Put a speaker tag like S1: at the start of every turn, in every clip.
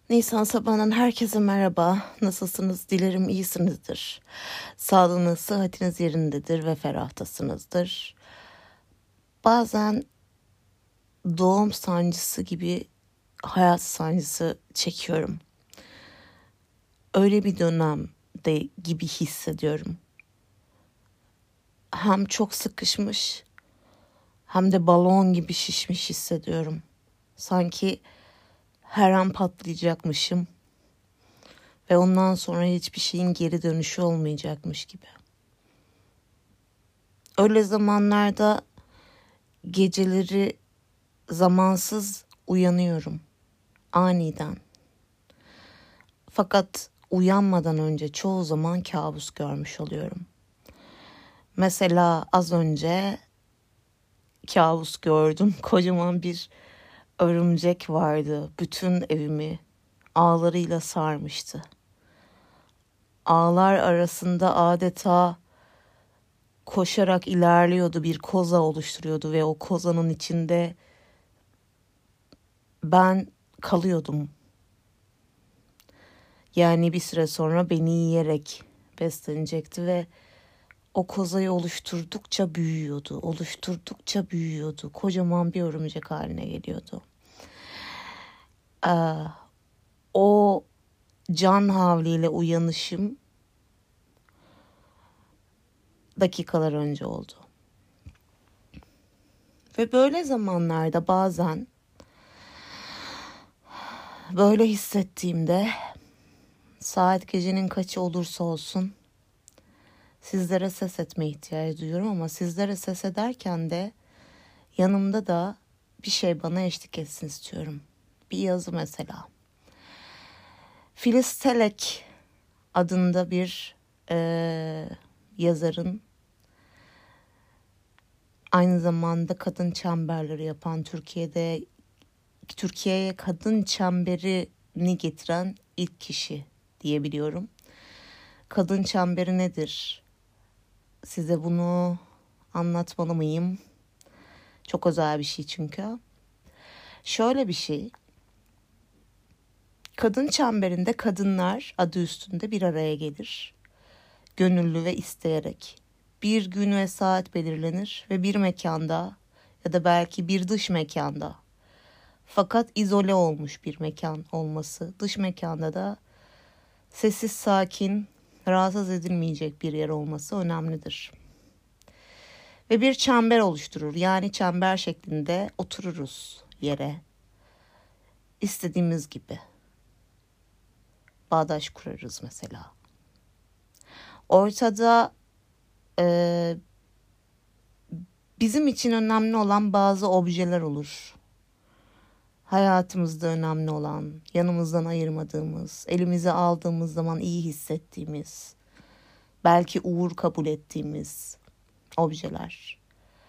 S1: Nisan sabahından herkese merhaba. Nasılsınız? Dilerim iyisinizdir. Sağlığınız, sıhhatiniz yerindedir ve ferahtasınızdır. Bazen doğum sancısı gibi hayat sancısı çekiyorum. Öyle bir dönemde gibi hissediyorum. Hem çok sıkışmış hem de balon gibi şişmiş hissediyorum. Sanki her an patlayacakmışım. Ve ondan sonra hiçbir şeyin geri dönüşü olmayacakmış gibi. Öyle zamanlarda geceleri zamansız uyanıyorum. Aniden. Fakat uyanmadan önce çoğu zaman kabus görmüş oluyorum. Mesela az önce kabus gördüm. Kocaman bir örümcek vardı. Bütün evimi ağlarıyla sarmıştı. Ağlar arasında adeta koşarak ilerliyordu, bir koza oluşturuyordu ve o kozanın içinde ben kalıyordum. Yani bir süre sonra beni yiyerek beslenecekti ve o kozayı oluşturdukça büyüyordu. Kocaman bir örümcek haline geliyordu. O can havliyle uyanışım dakikalar önce oldu. Ve böyle zamanlarda bazen böyle hissettiğimde saat gecenin kaçı olursa olsun sizlere ses etme ihtiyacı duyuyorum ama sizlere ses ederken de yanımda da bir şey bana eşlik etsin istiyorum. Bir yazı mesela. Filiz Telek adında bir yazarın, aynı zamanda kadın çemberleri yapan, Türkiye'ye kadın çemberini getiren ilk kişi diyebiliyorum. Kadın çemberi nedir? Size bunu anlatmalı mıyım? Çok özel bir şey çünkü. Şöyle bir şey. Kadın çemberinde kadınlar adı üstünde bir araya gelir. Gönüllü ve isteyerek. Bir gün ve saat belirlenir ve bir mekanda ya da belki bir dış mekanda. Fakat izole olmuş bir mekan olması. Dış mekanda da sessiz, sakin, rahatsız edilmeyecek bir yer olması önemlidir. Ve bir çember oluşturur. Yani çember şeklinde otururuz yere. İstediğimiz gibi. Bağdaş kurarız mesela. Ortada bizim için önemli olan bazı objeler olur. Hayatımızda önemli olan, yanımızdan ayırmadığımız, elimize aldığımız zaman iyi hissettiğimiz, belki uğur kabul ettiğimiz objeler.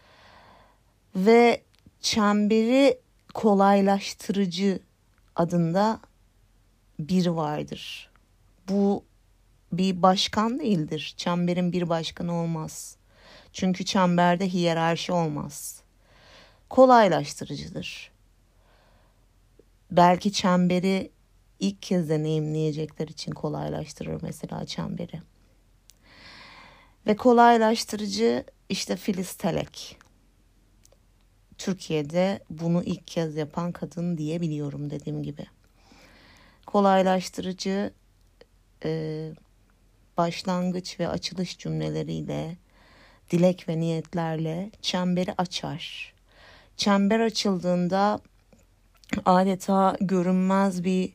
S1: Ve çemberi kolaylaştırıcı adında biri vardır. Bu bir başkan değildir. Çemberin bir başkanı olmaz. Çünkü çemberde hiyerarşi olmaz. Kolaylaştırıcıdır. Belki çemberi ilk kez deneyimleyecekler için kolaylaştırır mesela çemberi. Ve kolaylaştırıcı işte Filiz Telek. Türkiye'de bunu ilk kez yapan kadın diyebiliyorum dediğim gibi. Kolaylaştırıcı başlangıç ve açılış cümleleriyle, dilek ve niyetlerle çemberi açar. Çember açıldığında adeta görünmez bir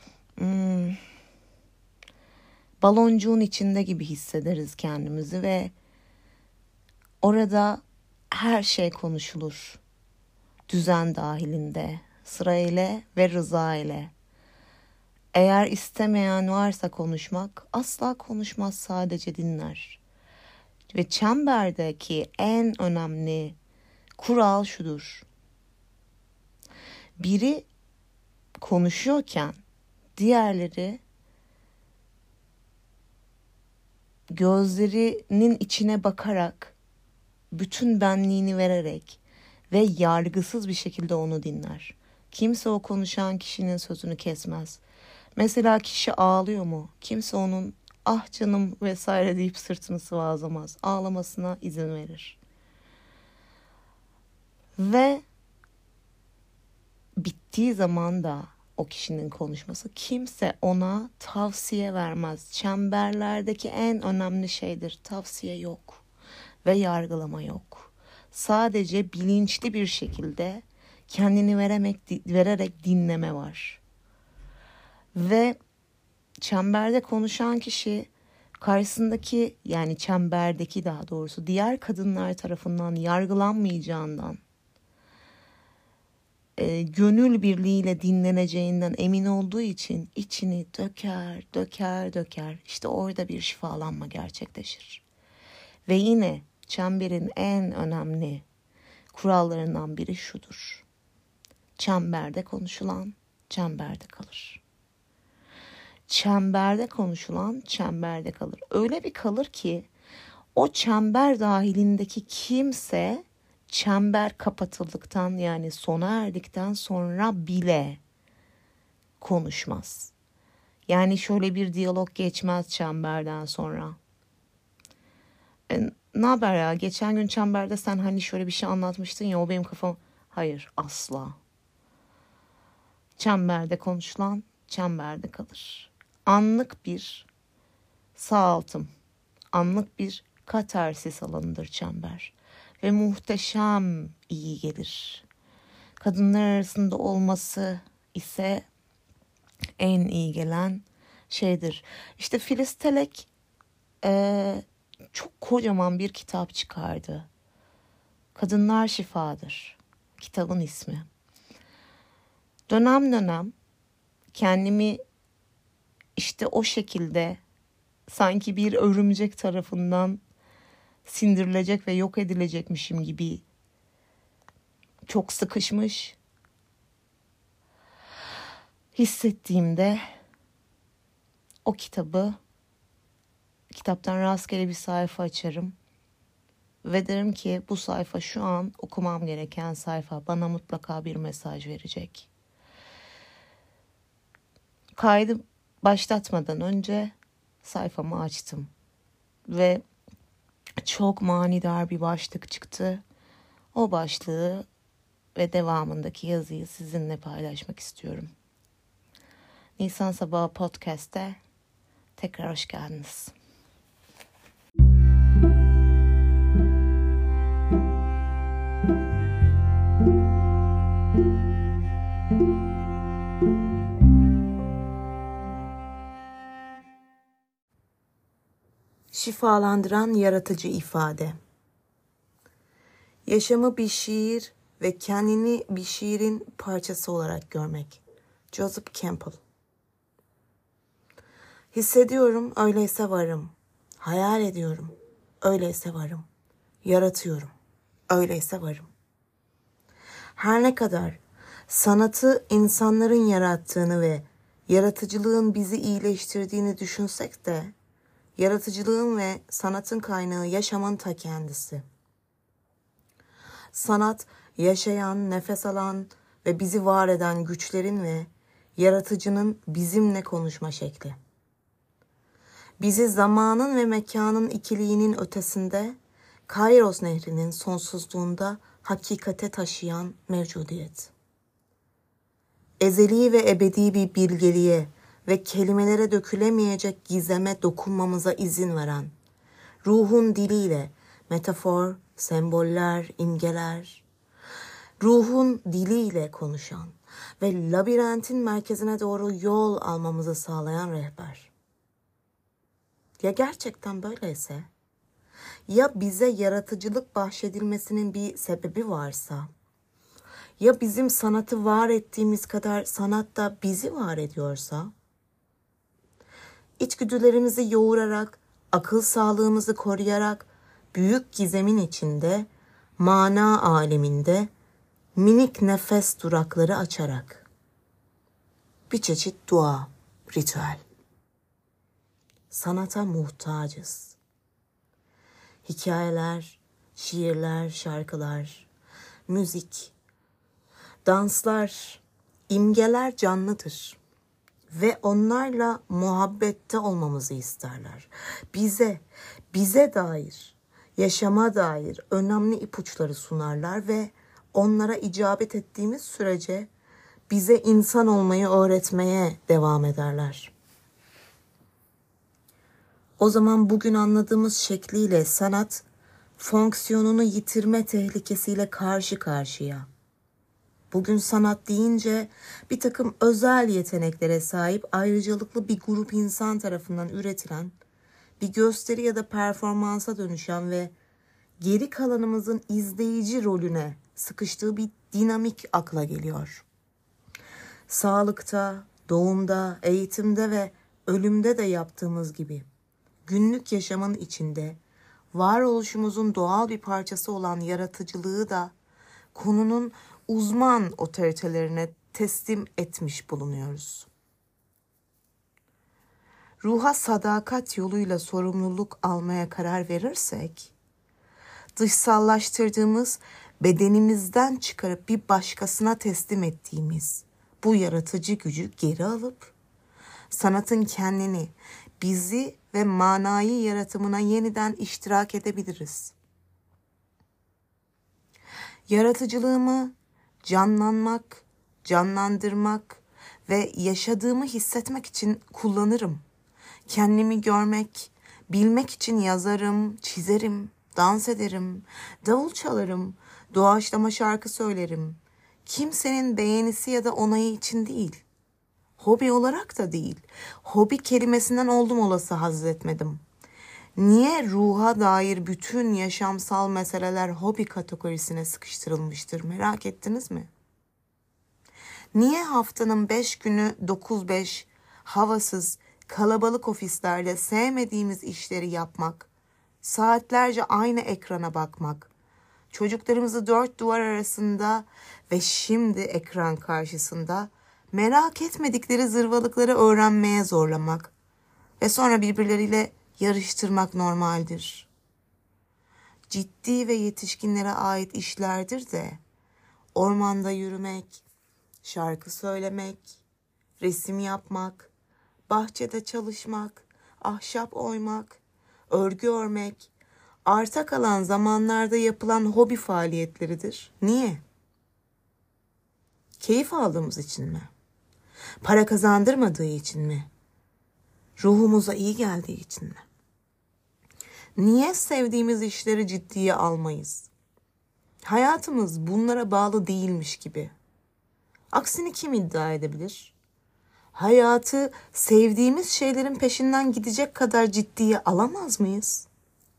S1: baloncuğun içinde gibi hissederiz kendimizi ve orada her şey konuşulur. Düzen dahilinde, sırayla ve rıza ile. Eğer istemeyen varsa konuşmak, asla konuşmaz, sadece dinler. Ve çemberdeki en önemli kural şudur. Biri konuşuyorken diğerleri gözlerinin içine bakarak, bütün benliğini vererek ve yargısız bir şekilde onu dinler. Kimse o konuşan kişinin sözünü kesmez. Mesela kişi ağlıyor mu? Kimse onun ah canım vesaire deyip sırtını sıvazlamaz. Ağlamasına izin verir. Ve bittiği zaman da o kişinin konuşması kimse ona tavsiye vermez. Çemberlerdeki en önemli şeydir. Tavsiye yok ve yargılama yok. Sadece bilinçli bir şekilde kendini vererek dinleme var. Ve çemberde konuşan kişi karşısındaki, yani çemberdeki daha doğrusu diğer kadınlar tarafından yargılanmayacağından, gönül birliğiyle dinleneceğinden emin olduğu için içini döker. İşte orada bir şifalanma gerçekleşir. Ve yine çemberin en önemli kurallarından biri şudur: çemberde konuşulan çemberde kalır. Çemberde konuşulan çemberde kalır. Öyle bir kalır ki o çember dahilindeki kimse çember kapatıldıktan, yani sona erdikten sonra bile konuşmaz. Yani şöyle bir diyalog geçmez çemberden sonra. Ne haber ya? Geçen gün çemberde sen hani şöyle bir şey anlatmıştın ya, o benim kafam. Hayır, asla. Çemberde konuşulan çemberde kalır. Anlık bir sağaltım, anlık bir katarsis alanıdır çember. Ve muhteşem iyi gelir. Kadınlar arasında olması ise en iyi gelen şeydir. İşte Filiz Telek çok kocaman bir kitap çıkardı. Kadınlar Şifadır kitabın ismi. Dönem dönem kendimi işte o şekilde sanki bir örümcek tarafından sindirilecek ve yok edilecekmişim gibi çok sıkışmış hissettiğimde o kitaptan rastgele bir sayfa açarım ve derim ki bu sayfa şu an okumam gereken sayfa, bana mutlaka bir mesaj verecek. Kaydı başlatmadan önce sayfamı açtım ve çok manidar bir başlık çıktı. O başlığı ve devamındaki yazıyı sizinle paylaşmak istiyorum. Nisan Sabahı Podcast'te tekrar hoş geldiniz. Şifalandıran yaratıcı ifade. Yaşamı bir şiir ve kendini bir şiirin parçası olarak görmek. Joseph Campbell. Hissediyorum, öyleyse varım. Hayal ediyorum, öyleyse varım. Yaratıyorum, öyleyse varım. Her ne kadar sanatı insanların yarattığını ve yaratıcılığın bizi iyileştirdiğini düşünsek de, yaratıcılığın ve sanatın kaynağı yaşamın ta kendisi. Sanat, yaşayan, nefes alan ve bizi var eden güçlerin ve yaratıcının bizimle konuşma şekli. Bizi zamanın ve mekanın ikiliğinin ötesinde, Kairos nehrinin sonsuzluğunda hakikate taşıyan mevcudiyet. Ezeli ve ebedi bir bilgeliğe ve kelimelere dökülemeyecek gizeme dokunmamıza izin veren, ruhun diliyle metafor, semboller, imgeler, ruhun diliyle konuşan ve labirentin merkezine doğru yol almamızı sağlayan rehber. Ya gerçekten böyleyse? Ya bize yaratıcılık bahşedilmesinin bir sebebi varsa? Ya bizim sanatı var ettiğimiz kadar sanat da bizi var ediyorsa? İçgüdülerimizi yoğurarak, akıl sağlığımızı koruyarak, büyük gizemin içinde, mana aleminde, minik nefes durakları açarak. Bir çeşit dua, ritüel. Sanata muhtacız. Hikayeler, şiirler, şarkılar, müzik, danslar, imgeler canlıdır.
S2: ve onlarla muhabbette olmamızı isterler. Bize dair, yaşama dair önemli ipuçları sunarlar ve onlara icabet ettiğimiz sürece bize insan olmayı öğretmeye devam ederler. O zaman bugün anladığımız şekliyle sanat, fonksiyonunu yitirme tehlikesiyle karşı karşıya. Bugün sanat deyince bir takım özel yeteneklere sahip ayrıcalıklı bir grup insan tarafından üretilen, bir gösteri ya da performansa dönüşen ve geri kalanımızın izleyici rolüne sıkıştığı bir dinamik akla geliyor. Sağlıkta, doğumda, eğitimde ve ölümde de yaptığımız gibi günlük yaşamın içinde varoluşumuzun doğal bir parçası olan yaratıcılığı da konunun uzman otoritelerine teslim etmiş bulunuyoruz. Ruha sadakat yoluyla sorumluluk almaya karar verirsek, dışsallaştırdığımız, bedenimizden çıkarıp bir başkasına teslim ettiğimiz bu yaratıcı gücü geri alıp, sanatın kendini, bizi ve manayı yaratımına yeniden iştirak edebiliriz. Yaratıcılığımı canlanmak, canlandırmak ve yaşadığımı hissetmek için kullanırım. Kendimi görmek, bilmek için yazarım, çizerim, dans ederim, davul çalarım, doğaçlama şarkı söylerim. Kimsenin beğenisi ya da onayı için değil. Hobi olarak da değil. Hobi kelimesinden oldum olası haz etmedim. Niye ruha dair bütün yaşamsal meseleler hobi kategorisine sıkıştırılmıştır, merak ettiniz mi? Niye haftanın 5 günü 9-5 havasız, kalabalık ofislerde sevmediğimiz işleri yapmak, saatlerce aynı ekrana bakmak, çocuklarımızı 4 duvar arasında ve şimdi ekran karşısında merak etmedikleri zırvalıkları öğrenmeye zorlamak ve sonra birbirleriyle yarıştırmak normaldir. Ciddi ve yetişkinlere ait işlerdir de ormanda yürümek, şarkı söylemek, resim yapmak, bahçede çalışmak, ahşap oymak, örgü örmek, arta kalan zamanlarda yapılan hobi faaliyetleridir. Niye? Keyif aldığımız için mi? Para kazandırmadığı için mi? Ruhumuza iyi geldiği için mi? Niye sevdiğimiz işleri ciddiye almayız? Hayatımız bunlara bağlı değilmiş gibi. Aksini kim iddia edebilir? Hayatı sevdiğimiz şeylerin peşinden gidecek kadar ciddiye alamaz mıyız?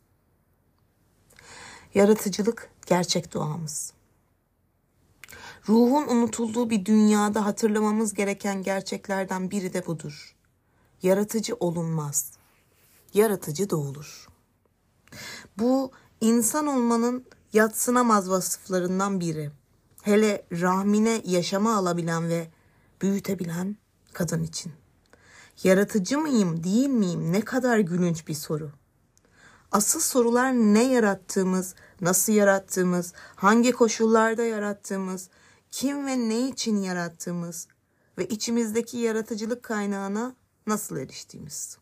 S2: Yaratıcılık gerçek doğamız. Ruhun unutulduğu bir dünyada hatırlamamız gereken gerçeklerden biri de budur. Yaratıcı olunmaz. Yaratıcı doğulur. Bu insan olmanın yadsınamaz vasıflarından biri. Hele rahmine yaşama alabilen ve büyütebilen kadın için. Yaratıcı mıyım, değil miyim? Ne kadar gülünç bir soru. Asıl sorular ne yarattığımız, nasıl yarattığımız, hangi koşullarda yarattığımız, kim ve ne için yarattığımız ve içimizdeki yaratıcılık kaynağına nasıl eriştiğimiz.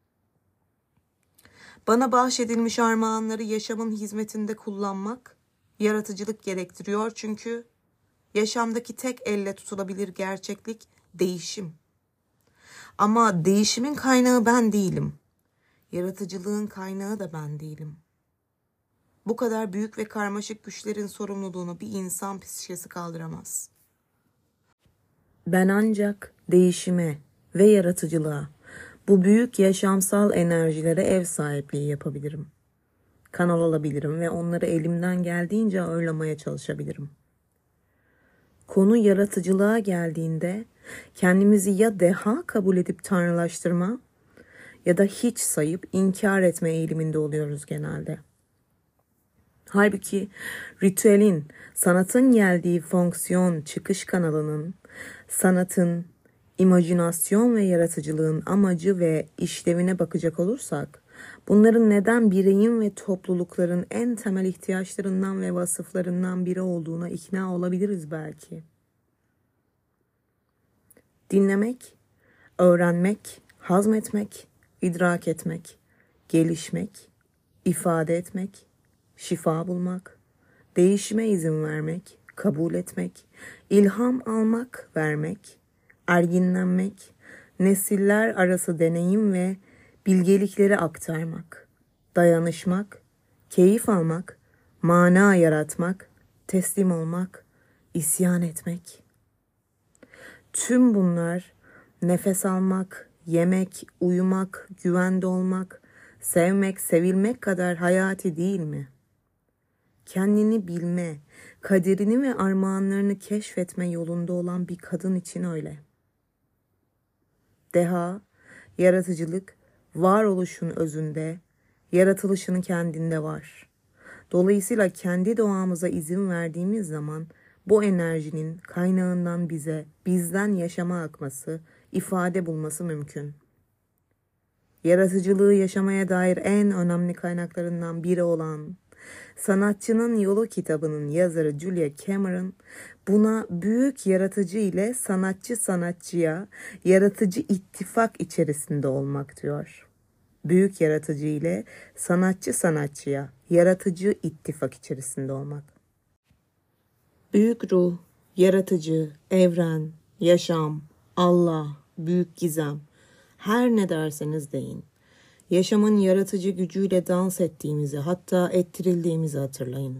S2: Bana bahşedilmiş armağanları yaşamın hizmetinde kullanmak yaratıcılık gerektiriyor çünkü yaşamdaki tek elle tutulabilir gerçeklik değişim. Ama değişimin kaynağı ben değilim. Yaratıcılığın kaynağı da ben değilim. Bu kadar büyük ve karmaşık güçlerin sorumluluğunu bir insan psikiyesi kaldıramaz. Ben ancak değişime ve yaratıcılığa, bu büyük yaşamsal enerjilere ev sahipliği yapabilirim. Kanal olabilirim ve onları elimden geldiğince ağırlamaya çalışabilirim. Konu yaratıcılığa geldiğinde kendimizi ya deha kabul edip tanrılaştırma ya da hiç sayıp inkar etme eğiliminde oluyoruz genelde. Halbuki ritüelin, sanatın geldiği fonksiyon çıkış kanalının, sanatın, imajinasyon ve yaratıcılığın amacı ve işlevine bakacak olursak, bunların neden bireyin ve toplulukların en temel ihtiyaçlarından ve vasıflarından biri olduğuna ikna olabiliriz belki. Dinlemek, Öğrenmek, hazmetmek, idrak etmek, gelişmek, ifade etmek, şifa bulmak, değişime izin vermek, kabul etmek, ilham almak, vermek, erginlenmek, nesiller arası deneyim ve bilgelikleri aktarmak, dayanışmak, keyif almak, mana yaratmak, teslim olmak, isyan etmek. Tüm bunlar nefes almak, yemek, uyumak, güvende olmak, sevmek, sevilmek kadar hayati değil mi? Kendini bilme, kaderini ve armağanlarını keşfetme yolunda olan bir kadın için öyle. Deha, yaratıcılık, varoluşun özünde, yaratılışın kendinde var. Dolayısıyla kendi doğamıza izin verdiğimiz zaman bu enerjinin kaynağından bizden yaşama akması, ifade bulması mümkün. Yaratıcılığı yaşamaya dair en önemli kaynaklarından biri olan Sanatçının Yolu kitabının yazarı Julia Cameron buna büyük yaratıcı ile sanatçı sanatçıya yaratıcı ittifak içerisinde olmak diyor. Büyük yaratıcı ile sanatçı sanatçıya yaratıcı ittifak içerisinde olmak. Büyük ruh, yaratıcı, evren, yaşam, Allah, büyük gizem, her ne derseniz deyin. Yaşamın yaratıcı gücüyle dans ettiğimizi, hatta ettirildiğimizi hatırlayın.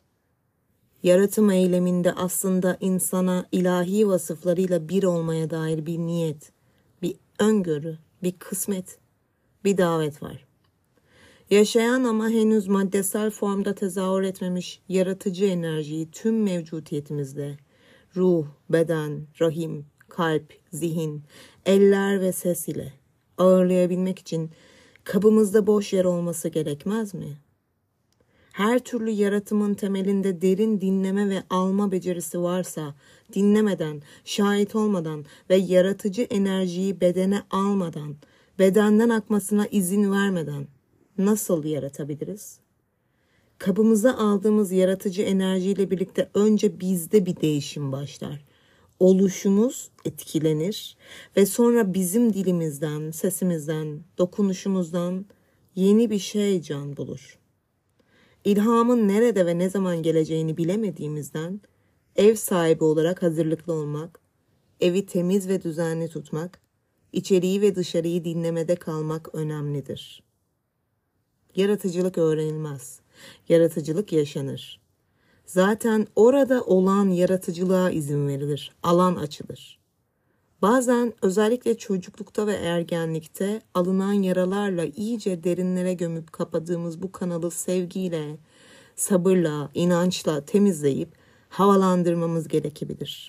S2: Yaratım eyleminde aslında insana ilahi vasıflarıyla bir olmaya dair bir niyet, bir öngörü, bir kısmet, bir davet var. Yaşayan ama henüz maddesel formda tezahür etmemiş yaratıcı enerjiyi tüm mevcutiyetimizde, ruh, beden, rahim, kalp, zihin, eller ve ses ile ağırlayabilmek için kabımızda boş yer olması gerekmez mi? Her türlü yaratımın temelinde derin dinleme ve alma becerisi varsa, dinlemeden, şahit olmadan ve yaratıcı enerjiyi bedene almadan, bedenden akmasına izin vermeden nasıl yaratabiliriz? Kabımıza aldığımız yaratıcı enerjiyle birlikte önce bizde bir değişim başlar. Oluşumuz etkilenir ve sonra bizim dilimizden, sesimizden, dokunuşumuzdan yeni bir şey can bulur. İlhamın nerede ve ne zaman geleceğini bilemediğimizden ev sahibi olarak hazırlıklı olmak, evi temiz ve düzenli tutmak, içeriği ve dışarıyı dinlemede kalmak önemlidir. Yaratıcılık öğrenilmez, yaratıcılık yaşanır. Zaten orada olan yaratıcılığa izin verilir, alan açılır. Bazen özellikle çocuklukta ve ergenlikte alınan yaralarla iyice derinlere gömüp kapadığımız bu kanalı sevgiyle, sabırla, inançla temizleyip havalandırmamız gerekebilir.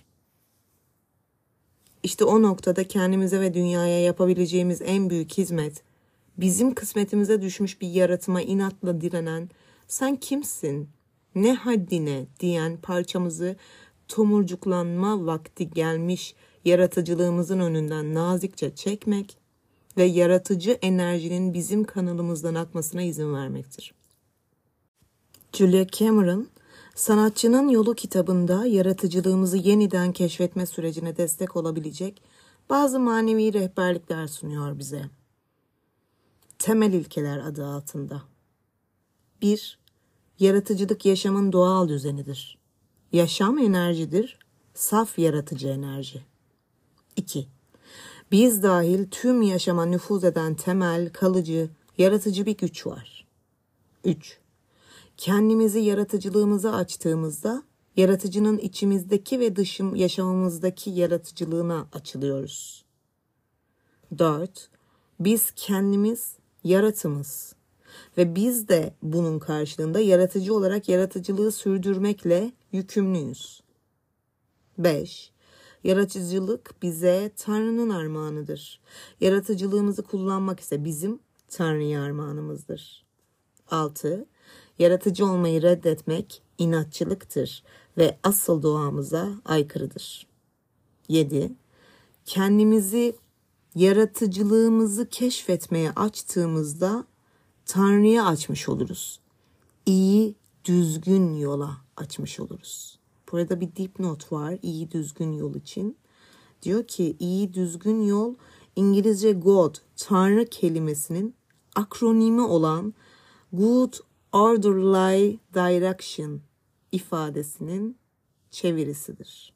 S2: İşte o noktada kendimize ve dünyaya yapabileceğimiz en büyük hizmet, bizim kısmetimize düşmüş bir yaratıma inatla direnen, sen kimsin, ne haddine diyen parçamızı tomurcuklanma vakti gelmiş yaratıcılığımızın önünden nazikçe çekmek ve yaratıcı enerjinin bizim kanalımızdan akmasına izin vermektir. Julia Cameron, Sanatçının Yolu kitabında yaratıcılığımızı yeniden keşfetme sürecine destek olabilecek bazı manevi rehberlikler sunuyor bize. Temel ilkeler adı altında. 1. Yaratıcılık yaşamın doğal düzenidir. Yaşam enerjidir, saf yaratıcı enerji. 2. Biz dahil tüm yaşama nüfuz eden temel, kalıcı, yaratıcı bir güç var. 3. Kendimizi yaratıcılığımıza açtığımızda, yaratıcının içimizdeki ve yaşamımızdaki yaratıcılığına açılıyoruz. 4. Biz kendimiz yaratımız ve biz de bunun karşılığında yaratıcı olarak yaratıcılığı sürdürmekle yükümlüyüz. 5. Yaratıcılık bize Tanrı'nın armağanıdır. Yaratıcılığımızı kullanmak ise bizim Tanrı'ya armağanımızdır. 6. Yaratıcı olmayı reddetmek inatçılıktır ve asıl doğamıza aykırıdır. 7. Kendimizi, yaratıcılığımızı keşfetmeye açtığımızda Tanrı'ya açmış oluruz. İyi, düzgün yola açmış oluruz. Burada bir dipnot var iyi düzgün yol için. Diyor ki iyi düzgün yol İngilizce God, Tanrı kelimesinin akronimi olan Good Orderly Direction ifadesinin çevirisidir.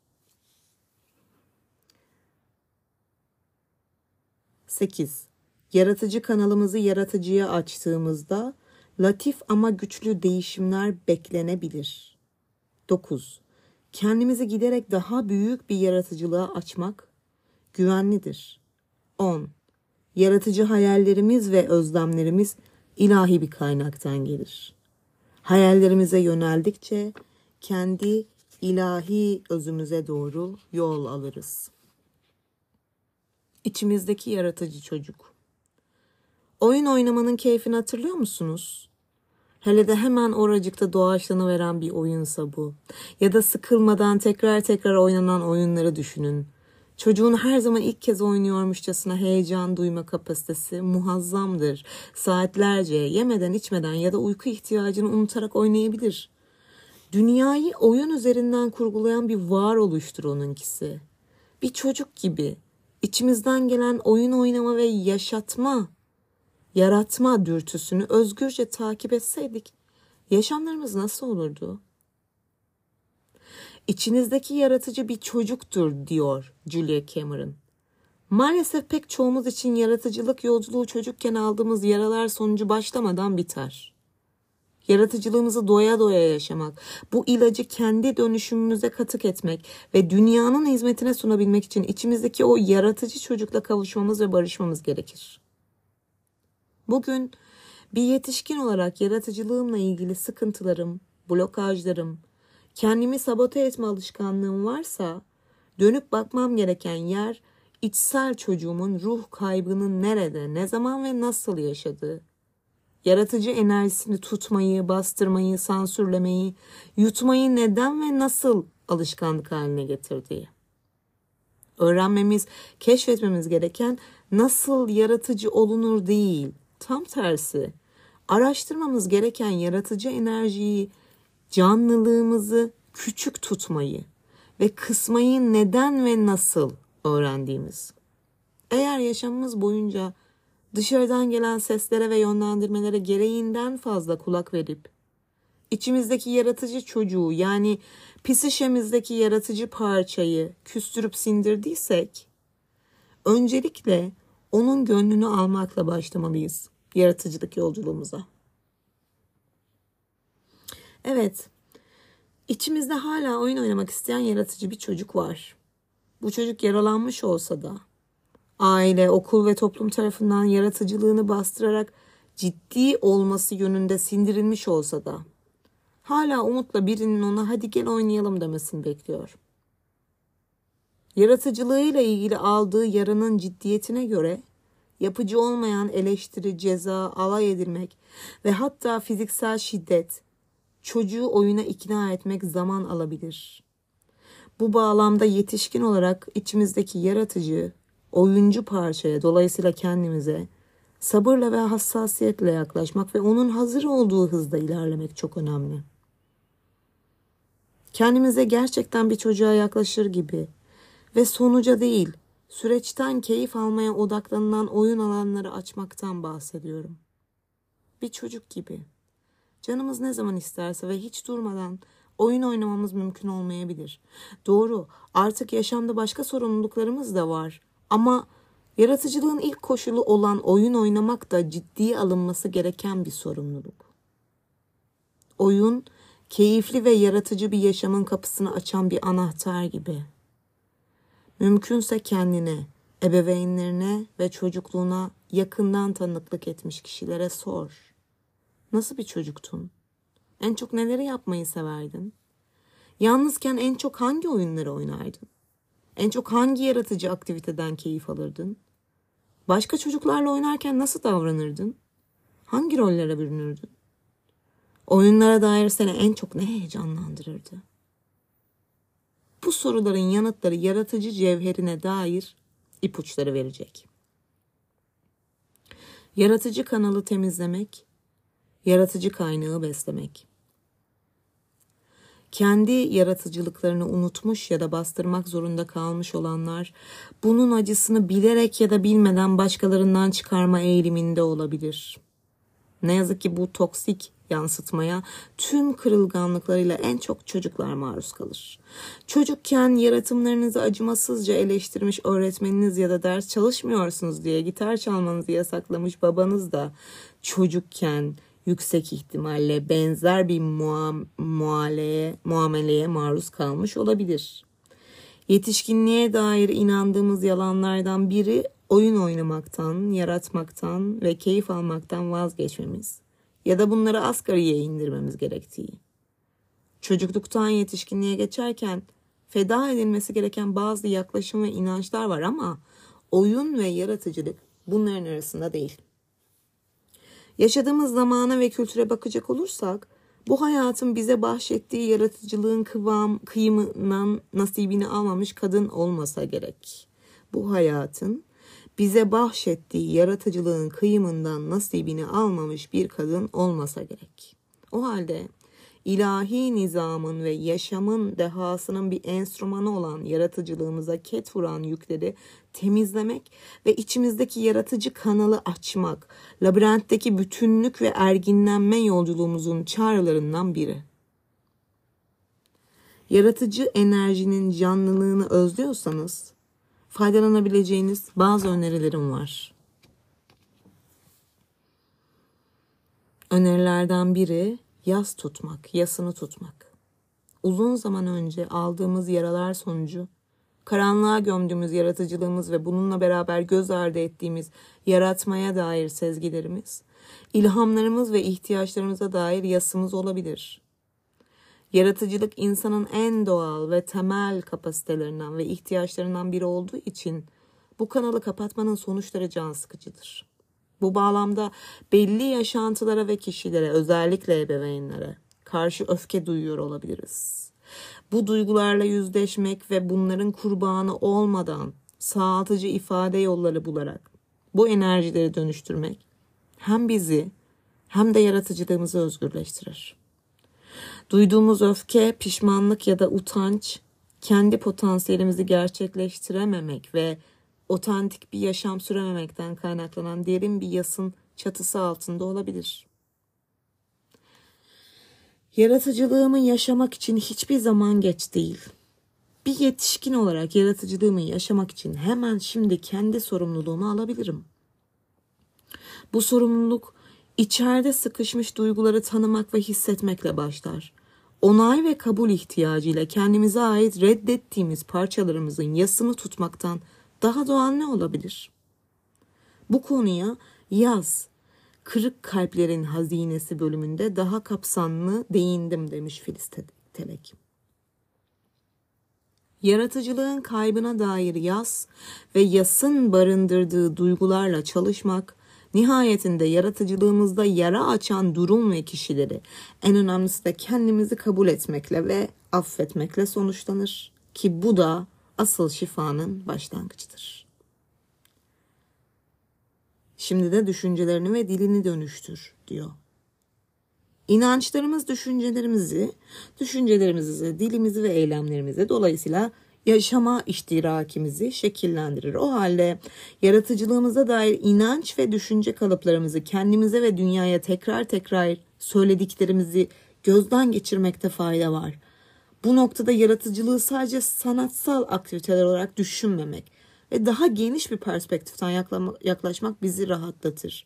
S2: 8. Yaratıcı kanalımızı yaratıcıya açtığımızda latif ama güçlü değişimler beklenebilir. 9. Kendimizi giderek daha büyük bir yaratıcılığa açmak güvenlidir. 10. Yaratıcı hayallerimiz ve özlemlerimiz ilahi bir kaynaktan gelir. Hayallerimize yöneldikçe kendi ilahi özümüze doğru yol alırız. İçimizdeki yaratıcı çocuk. Oyun oynamanın keyfini hatırlıyor musunuz? Hele de hemen oracıkta doğaçlanıveren bir oyunsa bu. Ya da sıkılmadan tekrar tekrar oynanan oyunları düşünün. Çocuğun her zaman ilk kez oynuyormuşçasına heyecan duyma kapasitesi muazzamdır. Saatlerce yemeden içmeden ya da uyku ihtiyacını unutarak oynayabilir. Dünyayı oyun üzerinden kurgulayan bir varoluştur onunkisi. Bir çocuk gibi içimizden gelen oyun oynama ve yaratma dürtüsünü özgürce takip etseydik yaşamlarımız nasıl olurdu? İçinizdeki yaratıcı bir çocuktur diyor Julia Cameron. Maalesef pek çoğumuz için yaratıcılık yolculuğu çocukken aldığımız yaralar sonucu başlamadan biter. Yaratıcılığımızı doya doya yaşamak, bu ilacı kendi dönüşümümüze katık etmek ve dünyanın hizmetine sunabilmek için içimizdeki o yaratıcı çocukla kavuşmamız ve barışmamız gerekir. Bugün bir yetişkin olarak yaratıcılığımla ilgili sıkıntılarım, blokajlarım, kendimi sabote etme alışkanlığım varsa dönüp bakmam gereken yer içsel çocuğumun ruh kaybının nerede, ne zaman ve nasıl yaşadığı. Yaratıcı enerjisini tutmayı, bastırmayı, sansürlemeyi, yutmayı neden ve nasıl alışkanlık haline getirdiği. Öğrenmemiz, keşfetmemiz gereken nasıl yaratıcı olunur değil, tam tersi. Araştırmamız gereken yaratıcı enerjiyi, canlılığımızı küçük tutmayı ve kısmayı neden ve nasıl öğrendiğimiz. Eğer yaşamımız boyunca dışarıdan gelen seslere ve yönlendirmelere gereğinden fazla kulak verip, içimizdeki yaratıcı çocuğu yani psişemizdeki yaratıcı parçayı küstürüp sindirdiysek, öncelikle onun gönlünü almakla başlamalıyız yaratıcılık yolculuğumuza. Evet, içimizde hala oyun oynamak isteyen yaratıcı bir çocuk var. Bu çocuk yaralanmış olsa da, aile, okul ve toplum tarafından yaratıcılığını bastırarak ciddi olması yönünde sindirilmiş olsa da, hala umutla birinin ona hadi gel oynayalım demesini bekliyor. Yaratıcılığıyla ilgili aldığı yaranın ciddiyetine göre, yapıcı olmayan eleştiri, ceza, alay edilmek ve hatta fiziksel şiddet, çocuğu oyuna ikna etmek zaman alabilir. Bu bağlamda yetişkin olarak içimizdeki yaratıcı, oyuncu parçaya, dolayısıyla kendimize sabırla ve hassasiyetle yaklaşmak ve onun hazır olduğu hızda ilerlemek çok önemli. Kendimize gerçekten bir çocuğa yaklaşır gibi ve sonuca değil, süreçten keyif almaya odaklanılan oyun alanları açmaktan bahsediyorum. Bir çocuk gibi. Canımız ne zaman isterse ve hiç durmadan oyun oynamamız mümkün olmayabilir. Doğru, artık yaşamda başka sorumluluklarımız da var. Ama yaratıcılığın ilk koşulu olan oyun oynamak da ciddiye alınması gereken bir sorumluluk. Oyun, keyifli ve yaratıcı bir yaşamın kapısını açan bir anahtar gibi. Mümkünse kendine, ebeveynlerine ve çocukluğuna yakından tanıklık etmiş kişilere sor. Nasıl bir çocuktun? En çok neleri yapmayı severdin? Yalnızken en çok hangi oyunları oynardın? En çok hangi yaratıcı aktiviteden keyif alırdın? Başka çocuklarla oynarken nasıl davranırdın? Hangi rollere bürünürdün? Oyunlara dair seni en çok ne heyecanlandırırdı? Bu soruların yanıtları yaratıcı cevherine dair ipuçları verecek. Yaratıcı kanalı temizlemek, yaratıcı kaynağı beslemek. Kendi yaratıcılıklarını unutmuş ya da bastırmak zorunda kalmış olanlar, bunun acısını bilerek ya da bilmeden başkalarından çıkarma eğiliminde olabilir. Ne yazık ki bu toksik yansıtmaya tüm kırılganlıklarıyla en çok çocuklar maruz kalır. Çocukken yaratımlarınızı acımasızca eleştirmiş öğretmeniniz ya da ders çalışmıyorsunuz diye gitar çalmanızı yasaklamış babanız da çocukken yüksek ihtimalle benzer bir muameleye maruz kalmış olabilir. Yetişkinliğe dair inandığımız yalanlardan biri oyun oynamaktan, yaratmaktan ve keyif almaktan vazgeçmemiz ya da bunları asgariye indirmemiz gerektiği. Çocukluktan yetişkinliğe geçerken feda edilmesi gereken bazı yaklaşım ve inançlar var ama oyun ve yaratıcılık bunların arasında değil. Yaşadığımız zamana ve kültüre bakacak olursak, bu hayatın bize bahşettiği yaratıcılığın kıyımından nasibini almamış kadın olmasa gerek. Bu hayatın bize bahşettiği yaratıcılığın kıyımından nasibini almamış bir kadın olmasa gerek. O halde ilahi nizamın ve yaşamın dehasının bir enstrümanı olan yaratıcılığımıza ket vuran yükleri temizlemek ve içimizdeki yaratıcı kanalı açmak, labirentteki bütünlük ve erginlenme yolculuğumuzun çağrılarından biri. Yaratıcı enerjinin canlılığını özlüyorsanız, faydalanabileceğiniz bazı önerilerim var. Önerilerden biri yas tutmak, yasını tutmak. Uzun zaman önce aldığımız yaralar sonucu karanlığa gömdüğümüz yaratıcılığımız ve bununla beraber göz ardı ettiğimiz yaratmaya dair sezgilerimiz, ilhamlarımız ve ihtiyaçlarımıza dair yasımız olabilir. Yaratıcılık insanın en doğal ve temel kapasitelerinden ve ihtiyaçlarından biri olduğu için bu kanalı kapatmanın sonuçları can sıkıcıdır. Bu bağlamda belli yaşantılara ve kişilere, özellikle ebeveynlere karşı öfke duyuyor olabiliriz. Bu duygularla yüzleşmek ve bunların kurbanı olmadan sağaltıcı ifade yolları bularak bu enerjileri dönüştürmek hem bizi hem de yaratıcılığımızı özgürleştirir. Duyduğumuz öfke, pişmanlık ya da utanç, kendi potansiyelimizi gerçekleştirememek ve otantik bir yaşam sürememekten kaynaklanan derin bir yasın çatısı altında olabilir. Yaratıcılığımı yaşamak için hiçbir zaman geç değil. Bir yetişkin olarak yaratıcılığımı yaşamak için hemen şimdi kendi sorumluluğumu alabilirim. Bu sorumluluk içeride sıkışmış duyguları tanımak ve hissetmekle başlar. Onay ve kabul ihtiyacıyla kendimize ait reddettiğimiz parçalarımızın yasını tutmaktan daha doğal ne olabilir? Bu konuya yaz, kırık kalplerin hazinesi bölümünde daha kapsamlı değindim demiş Filiz Telek. Yaratıcılığın kaybına dair yas ve yasın barındırdığı duygularla çalışmak, nihayetinde yaratıcılığımızda yara açan durum ve kişileri, en önemlisi de kendimizi kabul etmekle ve affetmekle sonuçlanır. Ki bu da asıl şifanın başlangıcıdır. Şimdi de düşüncelerini ve dilini dönüştür diyor. İnançlarımız düşüncelerimizi, dilimizi ve eylemlerimizi, dolayısıyla yaşama iştirakimizi şekillendirir. O halde yaratıcılığımıza dair inanç ve düşünce kalıplarımızı kendimize ve dünyaya tekrar söylediklerimizi gözden geçirmekte fayda var. Bu noktada yaratıcılığı sadece sanatsal aktiviteler olarak düşünmemek ve daha geniş bir perspektiften yaklaşmak bizi rahatlatır.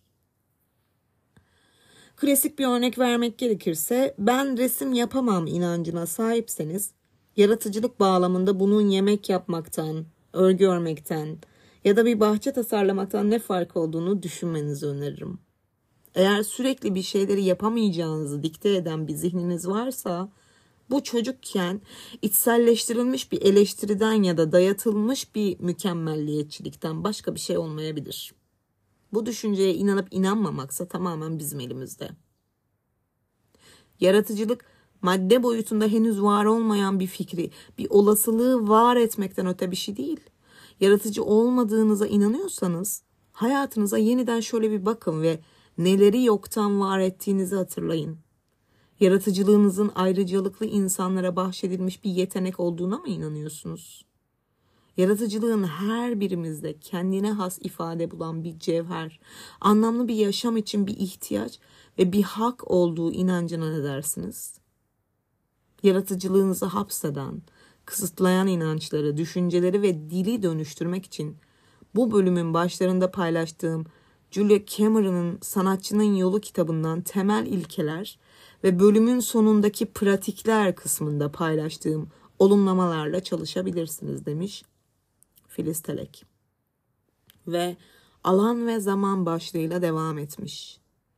S2: Klasik bir örnek vermek gerekirse, ben resim yapamam inancına sahipseniz, yaratıcılık bağlamında bunun yemek yapmaktan, örgü örmekten ya da bir bahçe tasarlamaktan ne fark olduğunu düşünmenizi öneririm. Eğer sürekli bir şeyleri yapamayacağınızı dikte eden bir zihniniz varsa, bu çocukken içselleştirilmiş bir eleştiriden ya da dayatılmış bir mükemmelliyetçilikten başka bir şey olmayabilir. Bu düşünceye inanıp inanmamaksa tamamen bizim elimizde. Yaratıcılık, madde boyutunda henüz var olmayan bir fikri, bir olasılığı var etmekten öte bir şey değil. Yaratıcı olmadığınıza inanıyorsanız, hayatınıza yeniden şöyle bir bakın ve neleri yoktan var ettiğinizi hatırlayın. Yaratıcılığınızın ayrıcalıklı insanlara bahşedilmiş bir yetenek olduğuna mı inanıyorsunuz? Yaratıcılığın her birimizde kendine has ifade bulan bir cevher, anlamlı bir yaşam için bir ihtiyaç ve bir hak olduğu inancına ne dersiniz? Yaratıcılığınızı hapseden, kısıtlayan inançları, düşünceleri ve dili dönüştürmek için bu bölümün başlarında paylaştığım Julia Cameron'ın Sanatçının Yolu kitabından temel ilkeler ve bölümün sonundaki pratikler kısmında paylaştığım olumlamalarla çalışabilirsiniz demiş Filiz Telek. Ve alan ve zaman başlığıyla devam etmiş.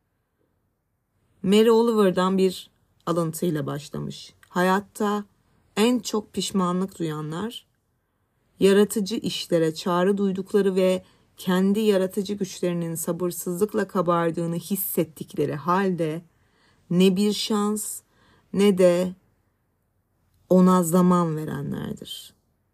S2: Mary Oliver'dan bir alıntıyla başlamış. Hayatta en çok pişmanlık duyanlar, yaratıcı işlere çağrı duydukları ve kendi yaratıcı güçlerinin sabırsızlıkla kabardığını hissettikleri halde ne bir şans ne de ona zaman verenlerdir.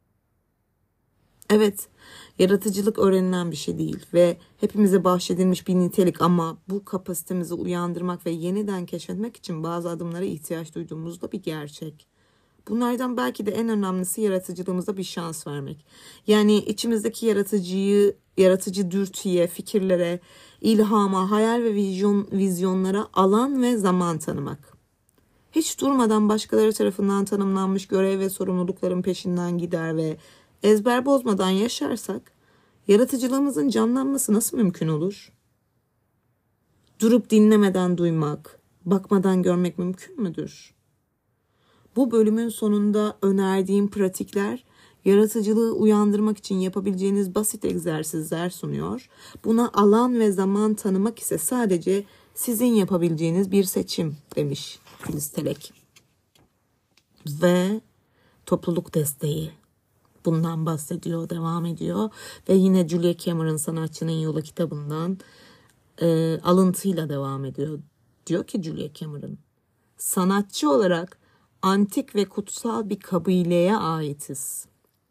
S2: Evet, yaratıcılık öğrenilen bir şey değil ve hepimize bahşedilmiş bir nitelik ama bu kapasitemizi uyandırmak ve yeniden keşfetmek için bazı adımlara ihtiyaç duyduğumuz da bir gerçek. Bunlardan belki de en önemlisi yaratıcılığımıza bir şans vermek. Yani içimizdeki yaratıcı dürtüye, fikirlere, ilhama, hayal ve vizyonlara alan ve zaman tanımak. Hiç durmadan başkaları tarafından tanımlanmış görev ve sorumlulukların peşinden gider ve ezber bozmadan yaşarsak yaratıcılığımızın canlanması nasıl mümkün olur? Durup dinlemeden duymak, bakmadan görmek mümkün müdür? Bu bölümün sonunda önerdiğim pratikler yaratıcılığı uyandırmak için yapabileceğiniz basit egzersizler sunuyor. Buna alan ve zaman tanımak ise sadece sizin yapabileceğiniz bir seçim demiş Filiz Telek. Ve topluluk desteği. Bundan bahsediyor, devam ediyor ve yine Julia Cameron Sanatçının Yolu kitabından alıntıyla devam ediyor. Diyor ki Julia Cameron, sanatçı olarak antik ve kutsal bir kabileye aitiz.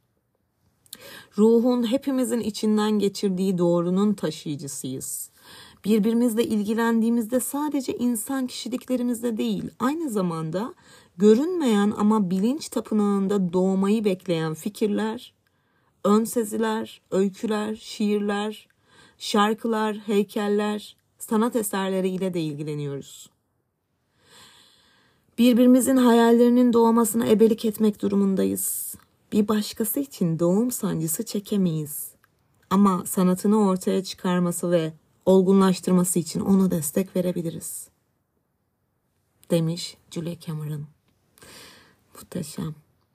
S2: Ruhun hepimizin içinden geçirdiği doğrunun taşıyıcısıyız. Birbirimizle ilgilendiğimizde sadece insan kişiliklerimizde değil, aynı zamanda görünmeyen ama bilinç tapınağında doğmayı bekleyen fikirler, ön seziler, öyküler, şiirler, şarkılar, heykeller, sanat eserleri ile de ilgileniyoruz. Birbirimizin hayallerinin doğmasına ebelik etmek durumundayız. Bir başkası için doğum sancısı çekemeyiz. Ama sanatını ortaya çıkarması ve olgunlaştırması için ona destek verebiliriz. Demiş Julia Cameron. Muhteşem.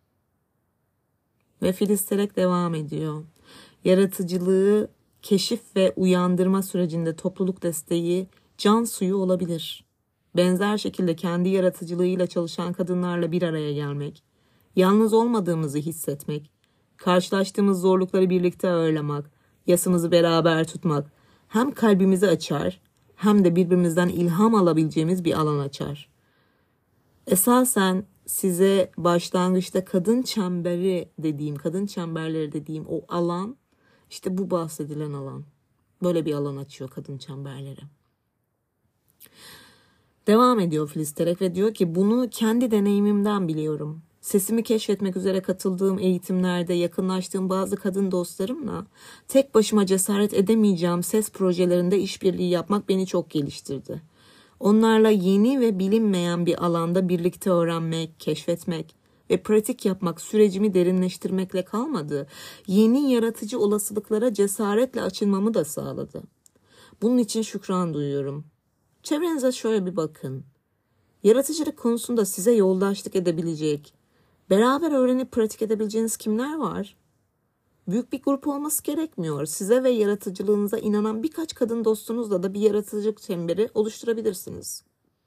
S2: Ve Filiz Telek devam ediyor. Yaratıcılığı keşif ve uyandırma sürecinde topluluk desteği can suyu olabilir. Benzer şekilde kendi yaratıcılığıyla çalışan kadınlarla bir araya gelmek, yalnız olmadığımızı hissetmek, karşılaştığımız zorlukları birlikte ağırlamak, yasımızı beraber tutmak hem kalbimizi açar hem de birbirimizden ilham alabileceğimiz bir alan açar. Esasen size başlangıçta kadın çemberleri dediğim o alan, işte bu bahsedilen alan. Böyle bir alan açıyor kadın çemberleri. Devam ediyor Filiz Telek ve diyor ki bunu kendi deneyimimden biliyorum. Sesimi keşfetmek üzere katıldığım eğitimlerde yakınlaştığım bazı kadın dostlarımla tek başıma cesaret edemeyeceğim ses projelerinde işbirliği yapmak beni çok geliştirdi. Onlarla yeni ve bilinmeyen bir alanda birlikte öğrenmek, keşfetmek ve pratik yapmak sürecimi derinleştirmekle kalmadı. Yeni yaratıcı olasılıklara cesaretle açılmamı da sağladı. Bunun için şükran duyuyorum. Çevrenize şöyle bir bakın. Yaratıcılık konusunda size yoldaşlık edebilecek, beraber öğrenip pratik edebileceğiniz kimler var? Büyük bir grup olması gerekmiyor. Size ve yaratıcılığınıza inanan birkaç kadın dostunuzla da bir yaratıcılık çemberi oluşturabilirsiniz.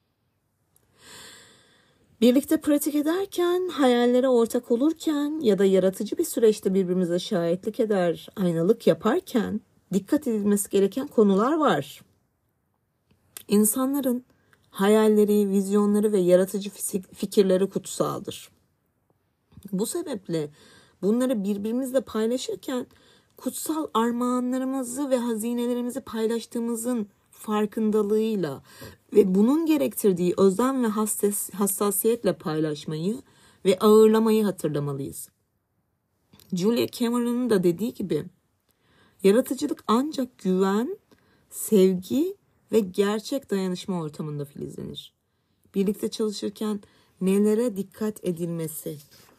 S2: Birlikte pratik ederken, hayallere ortak olurken ya da yaratıcı bir süreçte birbirimize şahitlik eder, aynalık yaparken dikkat edilmesi gereken konular var. İnsanların hayalleri, vizyonları ve yaratıcı fikirleri kutsaldır. Bu sebeple bunları birbirimizle paylaşırken kutsal armağanlarımızı ve hazinelerimizi paylaştığımızın farkındalığıyla ve bunun gerektirdiği özen ve hassasiyetle paylaşmayı ve ağırlamayı hatırlamalıyız. Julia Cameron'ın da dediği gibi, yaratıcılık ancak güven, sevgi ve gerçek dayanışma ortamında filizlenir. Birlikte çalışırken nelere dikkat edilmesi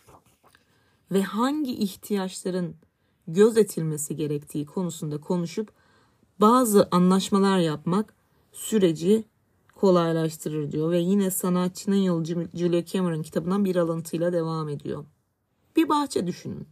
S2: ve hangi ihtiyaçların gözetilmesi gerektiği konusunda konuşup bazı anlaşmalar yapmak süreci kolaylaştırır diyor. Ve yine Sanatçının Yolu Julia Cameron kitabından bir alıntıyla devam ediyor. Bir bahçe düşünün.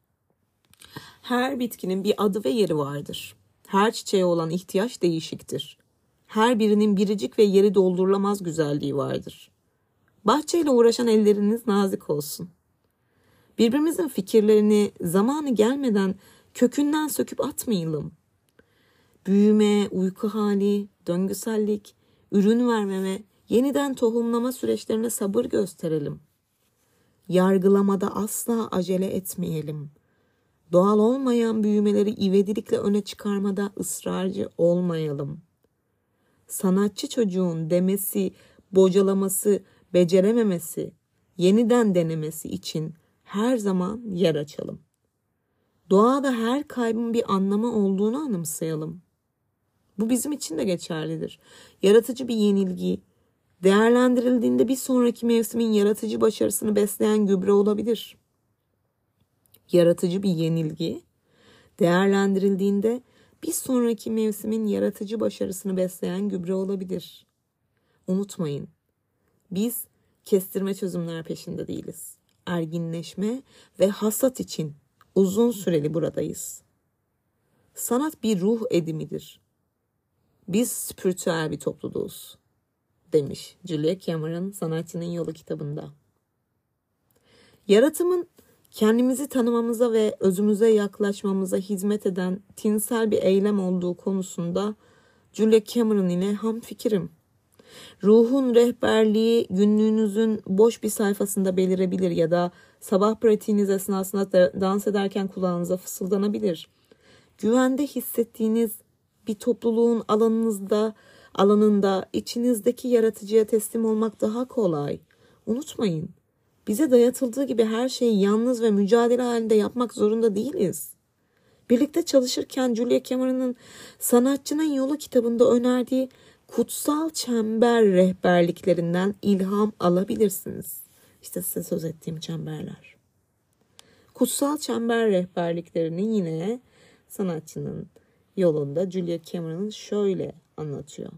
S2: Her bitkinin bir adı ve yeri vardır. Her çiçeğe olan ihtiyaç değişiktir. Her birinin biricik ve yeri doldurulamaz güzelliği vardır. Bahçeyle uğraşan elleriniz nazik olsun. Birbirimizin fikirlerini zamanı gelmeden kökünden söküp atmayalım. Büyüme, uyku hali, döngüsellik, ürün verme ve yeniden tohumlama süreçlerine sabır gösterelim. Yargılamada asla acele etmeyelim. Doğal olmayan büyümeleri ivedilikle öne çıkarmada ısrarcı olmayalım. Sanatçı çocuğun demesi, bocalaması, becerememesi, yeniden denemesi için her zaman yer açalım. Doğada her kaybın bir anlamı olduğunu anımsayalım. Bu bizim için de geçerlidir. Yaratıcı bir yenilgi, değerlendirildiğinde bir sonraki mevsimin yaratıcı başarısını besleyen gübre olabilir. Yaratıcı bir yenilgi, değerlendirildiğinde bir sonraki mevsimin yaratıcı başarısını besleyen gübre olabilir. Unutmayın, biz kestirme çözümler peşinde değiliz. Erginleşme ve hasat için uzun süreli buradayız. Sanat bir ruh edimidir. Biz spiritüel bir topluluğuz, demiş Julia Cameron Sanatçının Yolu kitabında. Yaratımın kendimizi tanımamıza ve özümüze yaklaşmamıza hizmet eden tinsel bir eylem olduğu konusunda Julia Cameron ile hemfikirim. Ruhun rehberliği günlüğünüzün boş bir sayfasında belirebilir ya da sabah pratiğiniz esnasında dans ederken kulağınıza fısıldanabilir. Güvende hissettiğiniz bir topluluğun alanında içinizdeki yaratıcıya teslim olmak daha kolay. Unutmayın, bize dayatıldığı gibi her şeyi yalnız ve mücadele halinde yapmak zorunda değiliz. Birlikte çalışırken Julia Cameron'ın Sanatçının Yolu kitabında önerdiği kutsal çember rehberliklerinden ilham alabilirsiniz. İşte size söz ettiğim çemberler. Kutsal çember rehberliklerini yine Sanatçının Yolunda Julia Cameron şöyle anlatıyor.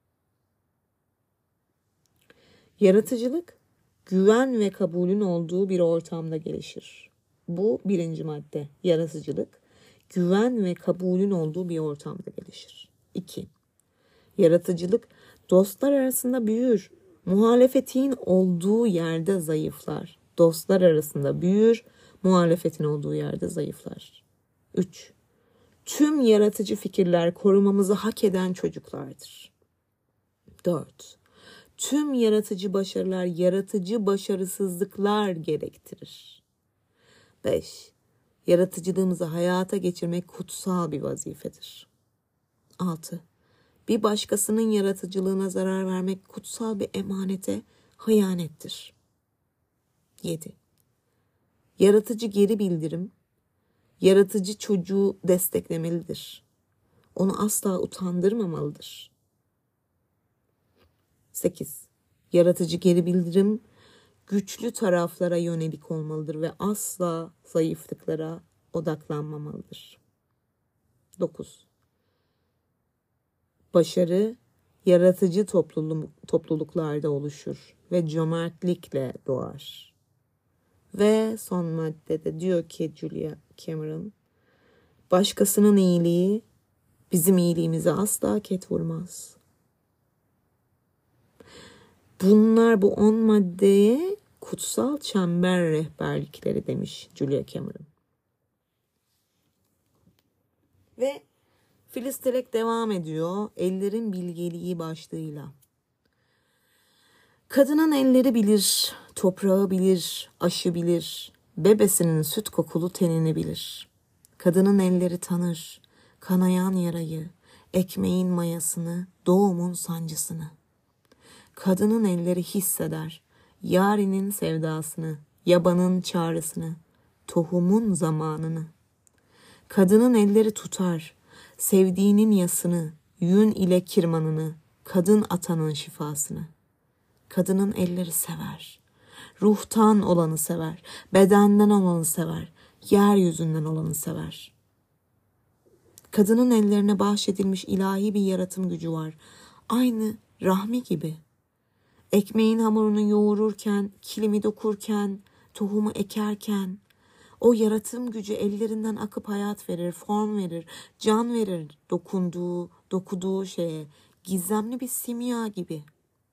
S2: Yaratıcılık, güven ve kabulün olduğu bir ortamda gelişir. Bu birinci madde. Yaratıcılık, güven ve kabulün olduğu bir ortamda gelişir. 2. Yaratıcılık, dostlar arasında büyür. Muhalefetin olduğu yerde zayıflar. Dostlar arasında büyür. Muhalefetin olduğu yerde zayıflar. 3. Tüm yaratıcı fikirler korumamızı hak eden çocuklardır. 4. Tüm yaratıcı başarılar yaratıcı başarısızlıklar gerektirir. 5. Yaratıcılığımızı hayata geçirmek kutsal bir vazifedir. 6. Bir başkasının yaratıcılığına zarar vermek kutsal bir emanete hıyanettir. 7. Yaratıcı geri bildirim, yaratıcı çocuğu desteklemelidir. Onu asla utandırmamalıdır. 8. Yaratıcı geri bildirim, güçlü taraflara yönelik olmalıdır ve asla zayıflıklara odaklanmamalıdır. 9. Başarı, yaratıcı topluluklarda oluşur ve cömertlikle doğar. Ve son maddede diyor ki Julia Cameron, başkasının iyiliği bizim iyiliğimize asla ket vurmaz. Bunlar bu 10 maddeye kutsal çember rehberlikleri demiş Julia Cameron. Ve Filiz Telek devam ediyor ellerin bilgeliği başlığıyla. Kadının elleri bilir, toprağı bilir, aşı bilir, bebesinin süt kokulu tenini bilir. Kadının elleri tanır, kanayan yarayı, ekmeğin mayasını, doğumun sancısını. Kadının elleri hisseder yarinin sevdasını, yabanın çağrısını, tohumun zamanını. Kadının elleri tutar sevdiğinin yasını, yün ile kirmanını, kadın atanın şifasını. Kadının elleri sever, ruhtan olanı sever, bedenden olanı sever, yeryüzünden olanı sever. Kadının ellerine bahşedilmiş ilahi bir yaratım gücü var. Aynı Rahmi gibi. Ekmeğin hamurunu yoğururken, kilimi dokurken, tohumu ekerken, o yaratım gücü ellerinden akıp hayat verir, form verir, can verir dokuduğu şeye. Gizemli bir simya gibi.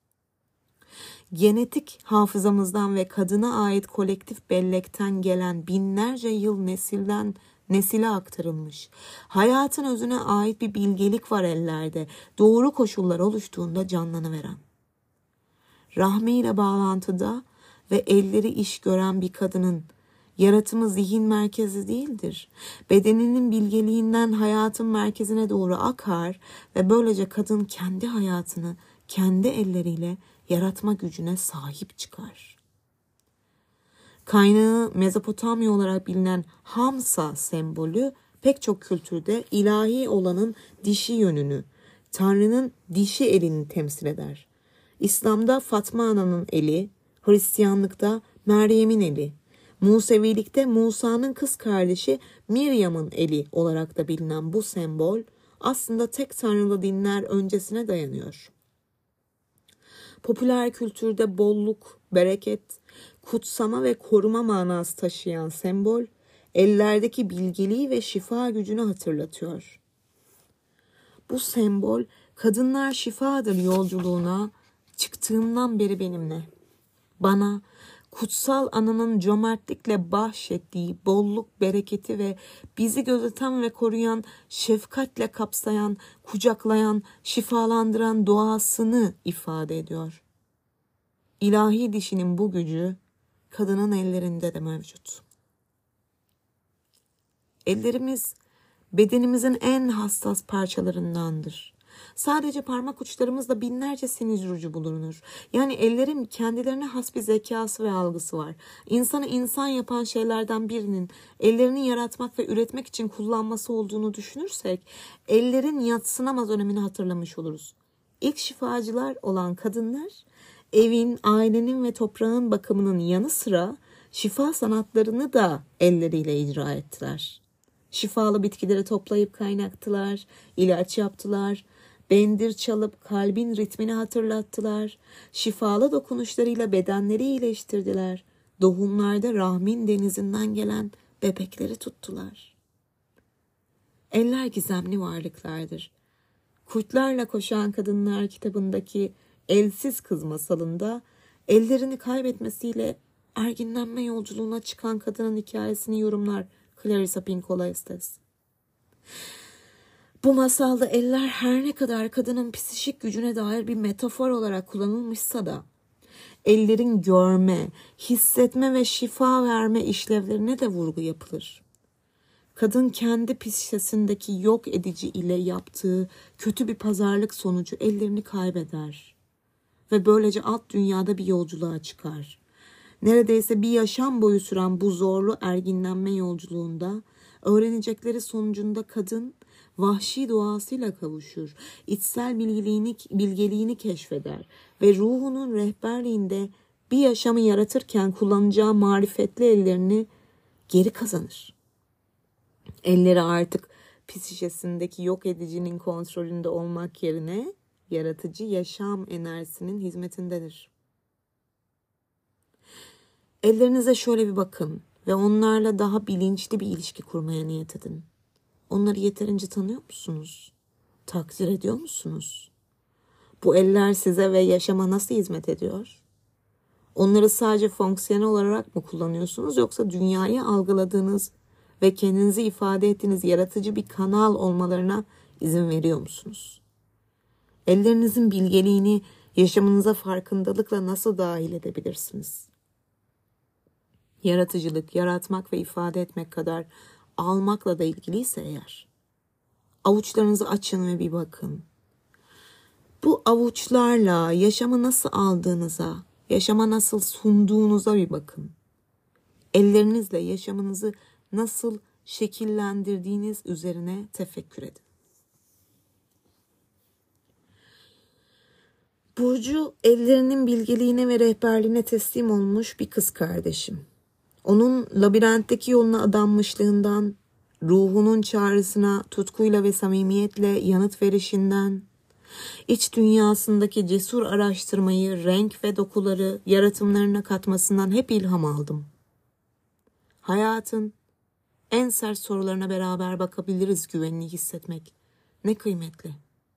S2: Genetik hafızamızdan ve kadına ait kolektif bellekten gelen binlerce yıl nesilden nesile aktarılmış. Hayatın özüne ait bir bilgelik var ellerde. Doğru koşullar oluştuğunda canlanıveren. Rahmi ile bağlantıda ve elleri iş gören bir kadının yaratımı zihin merkezi değildir. Bedeninin bilgeliğinden hayatın merkezine doğru akar ve böylece kadın kendi hayatını kendi elleriyle yaratma gücüne sahip çıkar. Kaynağı Mezopotamya olarak bilinen Hamsa sembolü pek çok kültürde ilahi olanın dişi yönünü, Tanrı'nın dişi elini temsil eder. İslam'da Fatma Ana'nın eli, Hristiyanlıkta Meryem'in eli, Musevilikte Musa'nın kız kardeşi Miryam'ın eli olarak da bilinen bu sembol aslında tek tanrılı dinler öncesine dayanıyor. Popüler kültürde bolluk, bereket, kutsama ve koruma manası taşıyan sembol, ellerdeki bilgeliği ve şifa gücünü hatırlatıyor. Bu sembol, kadınlar şifadır yolculuğuna çıktığımdan beri benimle. Bana kutsal ananın cömertlikle bahşettiği bolluk, bereketi ve bizi gözeten ve koruyan, şefkatle kapsayan, kucaklayan, şifalandıran doğasını ifade ediyor. İlahi dişinin bu gücü kadının ellerinde de mevcut. Ellerimiz bedenimizin en hassas parçalarındandır. Sadece parmak uçlarımızda binlerce sinir ucu bulunur. Yani ellerin kendilerine has bir zekası ve algısı var. İnsanı insan yapan şeylerden birinin ellerini yaratmak ve üretmek için kullanması olduğunu düşünürsek, ellerin yadsınamaz önemini hatırlamış oluruz. İlk şifacılar olan kadınlar, evin, ailenin ve toprağın bakımının yanı sıra şifa sanatlarını da elleriyle icra ettiler. Şifalı bitkileri toplayıp kaynattılar, ilaç yaptılar, bendir çalıp kalbin ritmini hatırlattılar, şifalı dokunuşlarıyla bedenleri iyileştirdiler, doğumlarda rahmin denizinden gelen bebekleri tuttular. Eller gizemli varlıklardır. Kurtlarla Koşan Kadınlar kitabındaki elsiz kız masalında ellerini kaybetmesiyle erginlenme yolculuğuna çıkan kadının hikayesini yorumlar Clarissa Pinkola Estes. Bu masalda eller her ne kadar kadının psikik gücüne dair bir metafor olarak kullanılmışsa da ellerin görme, hissetme ve şifa verme işlevlerine de vurgu yapılır. Kadın kendi psikisindeki yok edici ile yaptığı kötü bir pazarlık sonucu ellerini kaybeder ve böylece alt dünyada bir yolculuğa çıkar. Neredeyse bir yaşam boyu süren bu zorlu erginlenme yolculuğunda öğrenecekleri sonucunda kadın vahşi doğasıyla kavuşur, içsel bilgeliğini keşfeder ve ruhunun rehberliğinde bir yaşamı yaratırken kullanacağı marifetli ellerini geri kazanır. Elleri artık psikisindeki yok edicinin kontrolünde olmak yerine yaratıcı yaşam enerjisinin hizmetindedir. Ellerinize şöyle bir bakın ve onlarla daha bilinçli bir ilişki kurmaya niyet edin. Onları yeterince tanıyor musunuz? Takdir ediyor musunuz? Bu eller size ve yaşama nasıl hizmet ediyor? Onları sadece fonksiyonel olarak mı kullanıyorsunuz yoksa dünyayı algıladığınız ve kendinizi ifade ettiğiniz yaratıcı bir kanal olmalarına izin veriyor musunuz? Ellerinizin bilgeliğini yaşamınıza farkındalıkla nasıl dahil edebilirsiniz? Yaratıcılık, yaratmak ve ifade etmek kadar almakla da ilgiliyse eğer, avuçlarınızı açın ve bir bakın. Bu avuçlarla yaşamı nasıl aldığınıza, yaşama nasıl sunduğunuza bir bakın. Ellerinizle yaşamınızı nasıl şekillendirdiğiniz üzerine tefekkür edin. Burcu ellerinin bilgeliğine ve rehberliğine teslim olmuş bir kız kardeşim. Onun labirentteki yoluna adanmışlığından, ruhunun çağrısına tutkuyla ve samimiyetle yanıt verişinden, iç dünyasındaki cesur araştırmayı, renk ve dokuları yaratımlarına katmasından hep ilham aldım. Hayatın en sert sorularına beraber bakabiliriz güvenini hissetmek. Ne kıymetli.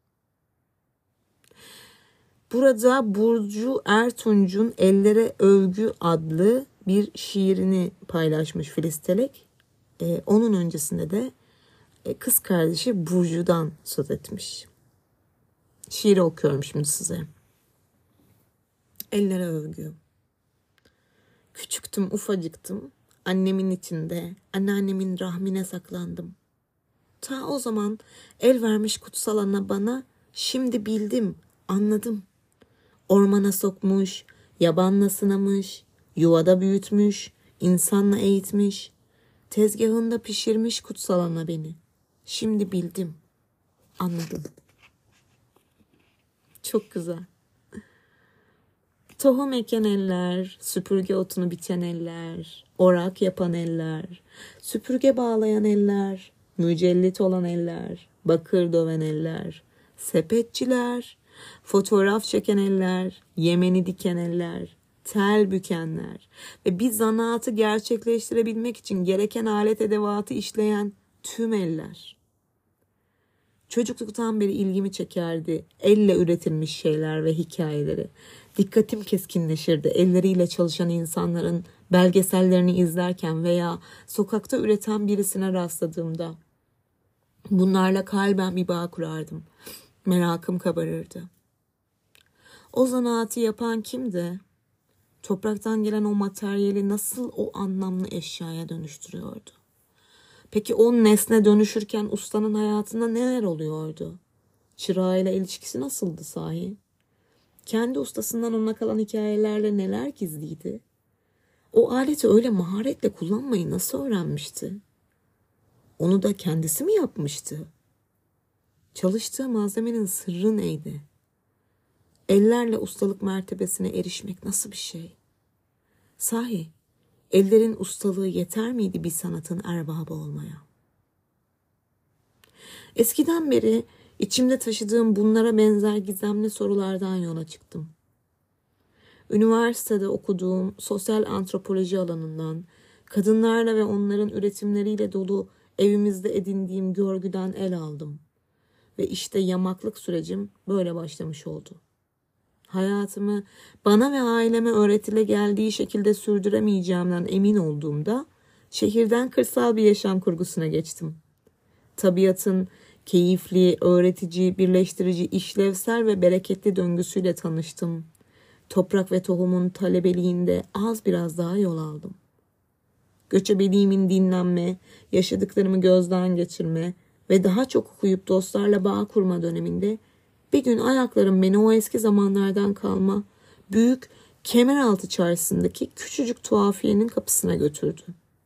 S2: Burada Burcu Ertunç'un Ellere Övgü adlı bir şiirini paylaşmış Filiz Telek. Onun öncesinde de kız kardeşi Burcu'dan söz etmiş. Şiiri okuyorum şimdi size. Ellere övgü. Küçüktüm, ufacıktım. Annemin içinde, anneannemin rahmine saklandım. Ta o zaman el vermiş kutsal ana bana, şimdi bildim, anladım. Ormana sokmuş, yabanla sınamış, yuvada büyütmüş, insanla eğitmiş. Tezgahında pişirmiş kutsal ana beni. Şimdi bildim, anladım. Çok güzel. Tohum eken eller, süpürge otunu biçen eller, orak yapan eller, süpürge bağlayan eller, mücellit olan eller, bakır döven eller, sepetçiler, fotoğraf çeken eller, yemeni diken eller, tel bükenler ve bir zanaatı gerçekleştirebilmek için gereken alet edevatı işleyen tüm eller. Çocukluktan beri ilgimi çekerdi elle üretilmiş şeyler ve hikayeleri. Dikkatim keskinleşirdi elleriyle çalışan insanların belgesellerini izlerken veya sokakta üreten birisine rastladığımda. Bunlarla kalben bir bağ kurardım. Merakım kabarırdı. O zanaatı yapan kimdi? Topraktan gelen o materyali nasıl o anlamlı eşyaya dönüştürüyordu? Peki o nesne dönüşürken ustanın hayatında neler oluyordu? Çırağıyla ilişkisi nasıldı sahi? Kendi ustasından ona kalan hikayelerle neler gizliydi? O aleti öyle maharetle kullanmayı nasıl öğrenmişti? Onu da kendisi mi yapmıştı? Çalıştığı malzemenin sırrı neydi? Ellerle ustalık mertebesine erişmek nasıl bir şey? Sahi, ellerin ustalığı yeter miydi bir sanatın erbabı olmaya? Eskiden beri içimde taşıdığım bunlara benzer gizemli sorulardan yola çıktım. Üniversitede okuduğum sosyal antropoloji alanından, kadınlarla ve onların üretimleriyle dolu evimizde edindiğim görgüden el aldım. Ve işte yamaklık sürecim böyle başlamış oldu. Hayatımı bana ve aileme öğretile geldiği şekilde sürdüremeyeceğimden emin olduğumda şehirden kırsal bir yaşam kurgusuna geçtim. Tabiatın keyifli, öğretici, birleştirici, işlevsel ve bereketli döngüsüyle tanıştım. Toprak ve tohumun talebeliğinde az biraz daha yol aldım. Göçebeliğimin dinlenme, yaşadıklarımı gözden geçirme ve daha çok okuyup dostlarla bağ kurma döneminde bir gün ayaklarım beni o eski zamanlardan kalma büyük Kemeraltı çarşısındaki küçücük tuhafiyenin kapısına götürdü.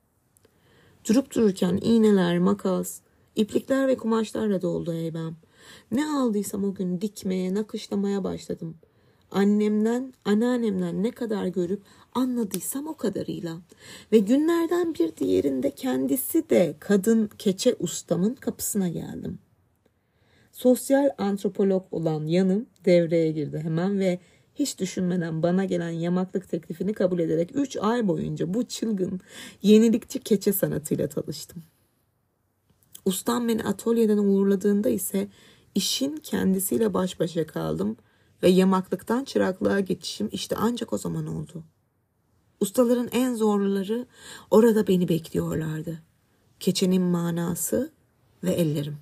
S2: Durup dururken iğneler, makas, iplikler ve kumaşlarla doldu heybem. Ne aldıysam o gün dikmeye, nakışlamaya başladım. Annemden, anneannemden ne kadar görüp anladıysam o kadarıyla. Ve günlerden bir diğerinde kendisi de kadın keçe ustamın kapısına geldim. Sosyal antropolog olan yanım devreye girdi hemen ve hiç düşünmeden bana gelen yamaklık teklifini kabul ederek 3 ay boyunca bu çılgın, yenilikçi keçe sanatıyla tanıştım. Ustam beni atölyeden uğurladığında ise işin kendisiyle baş başa kaldım ve yamaklıktan çıraklığa geçişim işte ancak o zaman oldu. Ustaların en zorluları orada beni bekliyorlardı. Keçenin manası ve ellerim.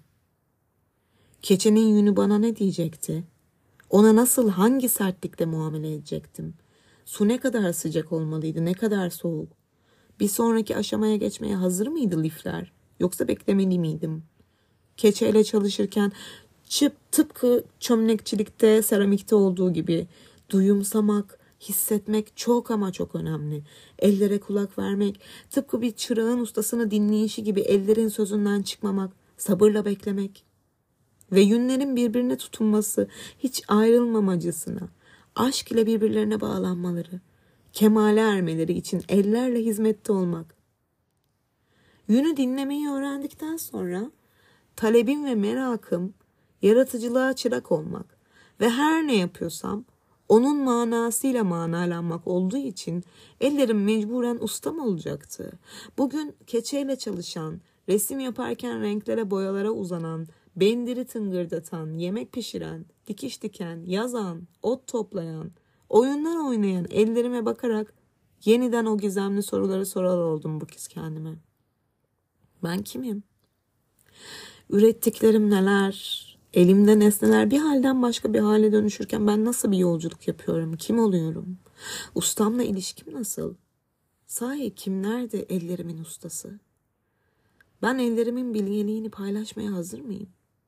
S2: Keçenin yünü bana ne diyecekti? Ona nasıl, hangi sertlikle muamele edecektim? Su ne kadar sıcak olmalıydı, ne kadar soğuk? Bir sonraki aşamaya geçmeye hazır mıydı lifler? Yoksa beklemeli miydim? Keçeyle çalışırken Tıpkı çömlekçilikte, seramikte olduğu gibi duyumsamak, hissetmek çok ama çok önemli. Ellere kulak vermek, tıpkı bir çırağın ustasını dinleyişi gibi ellerin sözünden çıkmamak, sabırla beklemek ve yünlerin birbirine tutunması, hiç ayrılmamacısına, aşk ile birbirlerine bağlanmaları, kemale ermeleri için ellerle hizmette olmak. Yünü dinlemeyi öğrendikten sonra talebim ve merakım yaratıcılığa çırak olmak ve her ne yapıyorsam onun manasıyla manalanmak olduğu için ellerim mecburen ustam olacaktı. Bugün keçeyle çalışan, resim yaparken renklere boyalara uzanan, bendiri tıngırdatan, yemek pişiren, dikiş diken, yazan, ot toplayan, oyunlar oynayan ellerime bakarak yeniden o gizemli soruları sorar oldum bu kez kendime. Ben kimim? Ürettiklerim neler? Elimde nesneler bir halden başka bir hale dönüşürken ben nasıl bir yolculuk yapıyorum? Kim oluyorum? Ustamla ilişkim nasıl? Sahi kim nerede ellerimin ustası? Ben ellerimin bilgeliğini paylaşmaya hazır mıyım?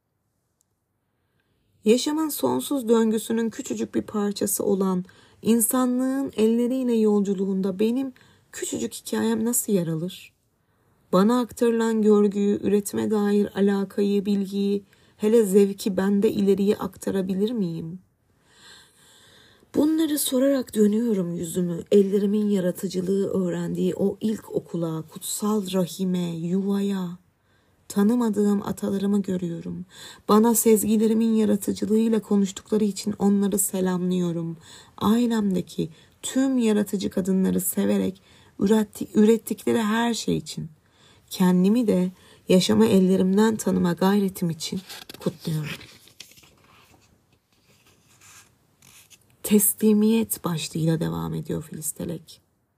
S2: Yaşamın sonsuz döngüsünün küçücük bir parçası olan insanlığın elleriyle yolculuğunda benim küçücük hikayem nasıl yer alır? Bana aktarılan görgüyü, üretime dair alakayı, bilgiyi, hele zevki bende ileriye aktarabilir miyim? Bunları sorarak dönüyorum yüzümü, ellerimin yaratıcılığı öğrendiği o ilk okula, kutsal rahime, yuvaya. Tanımadığım atalarımı görüyorum. Bana sezgilerimin yaratıcılığıyla konuştukları için onları selamlıyorum. Ailemdeki tüm yaratıcı kadınları severek ürettikleri her şey için. Kendimi de yaşamı ellerimden tanıma gayretim için kutluyorum. Teslimiyet başlığıyla devam ediyor Filistelek.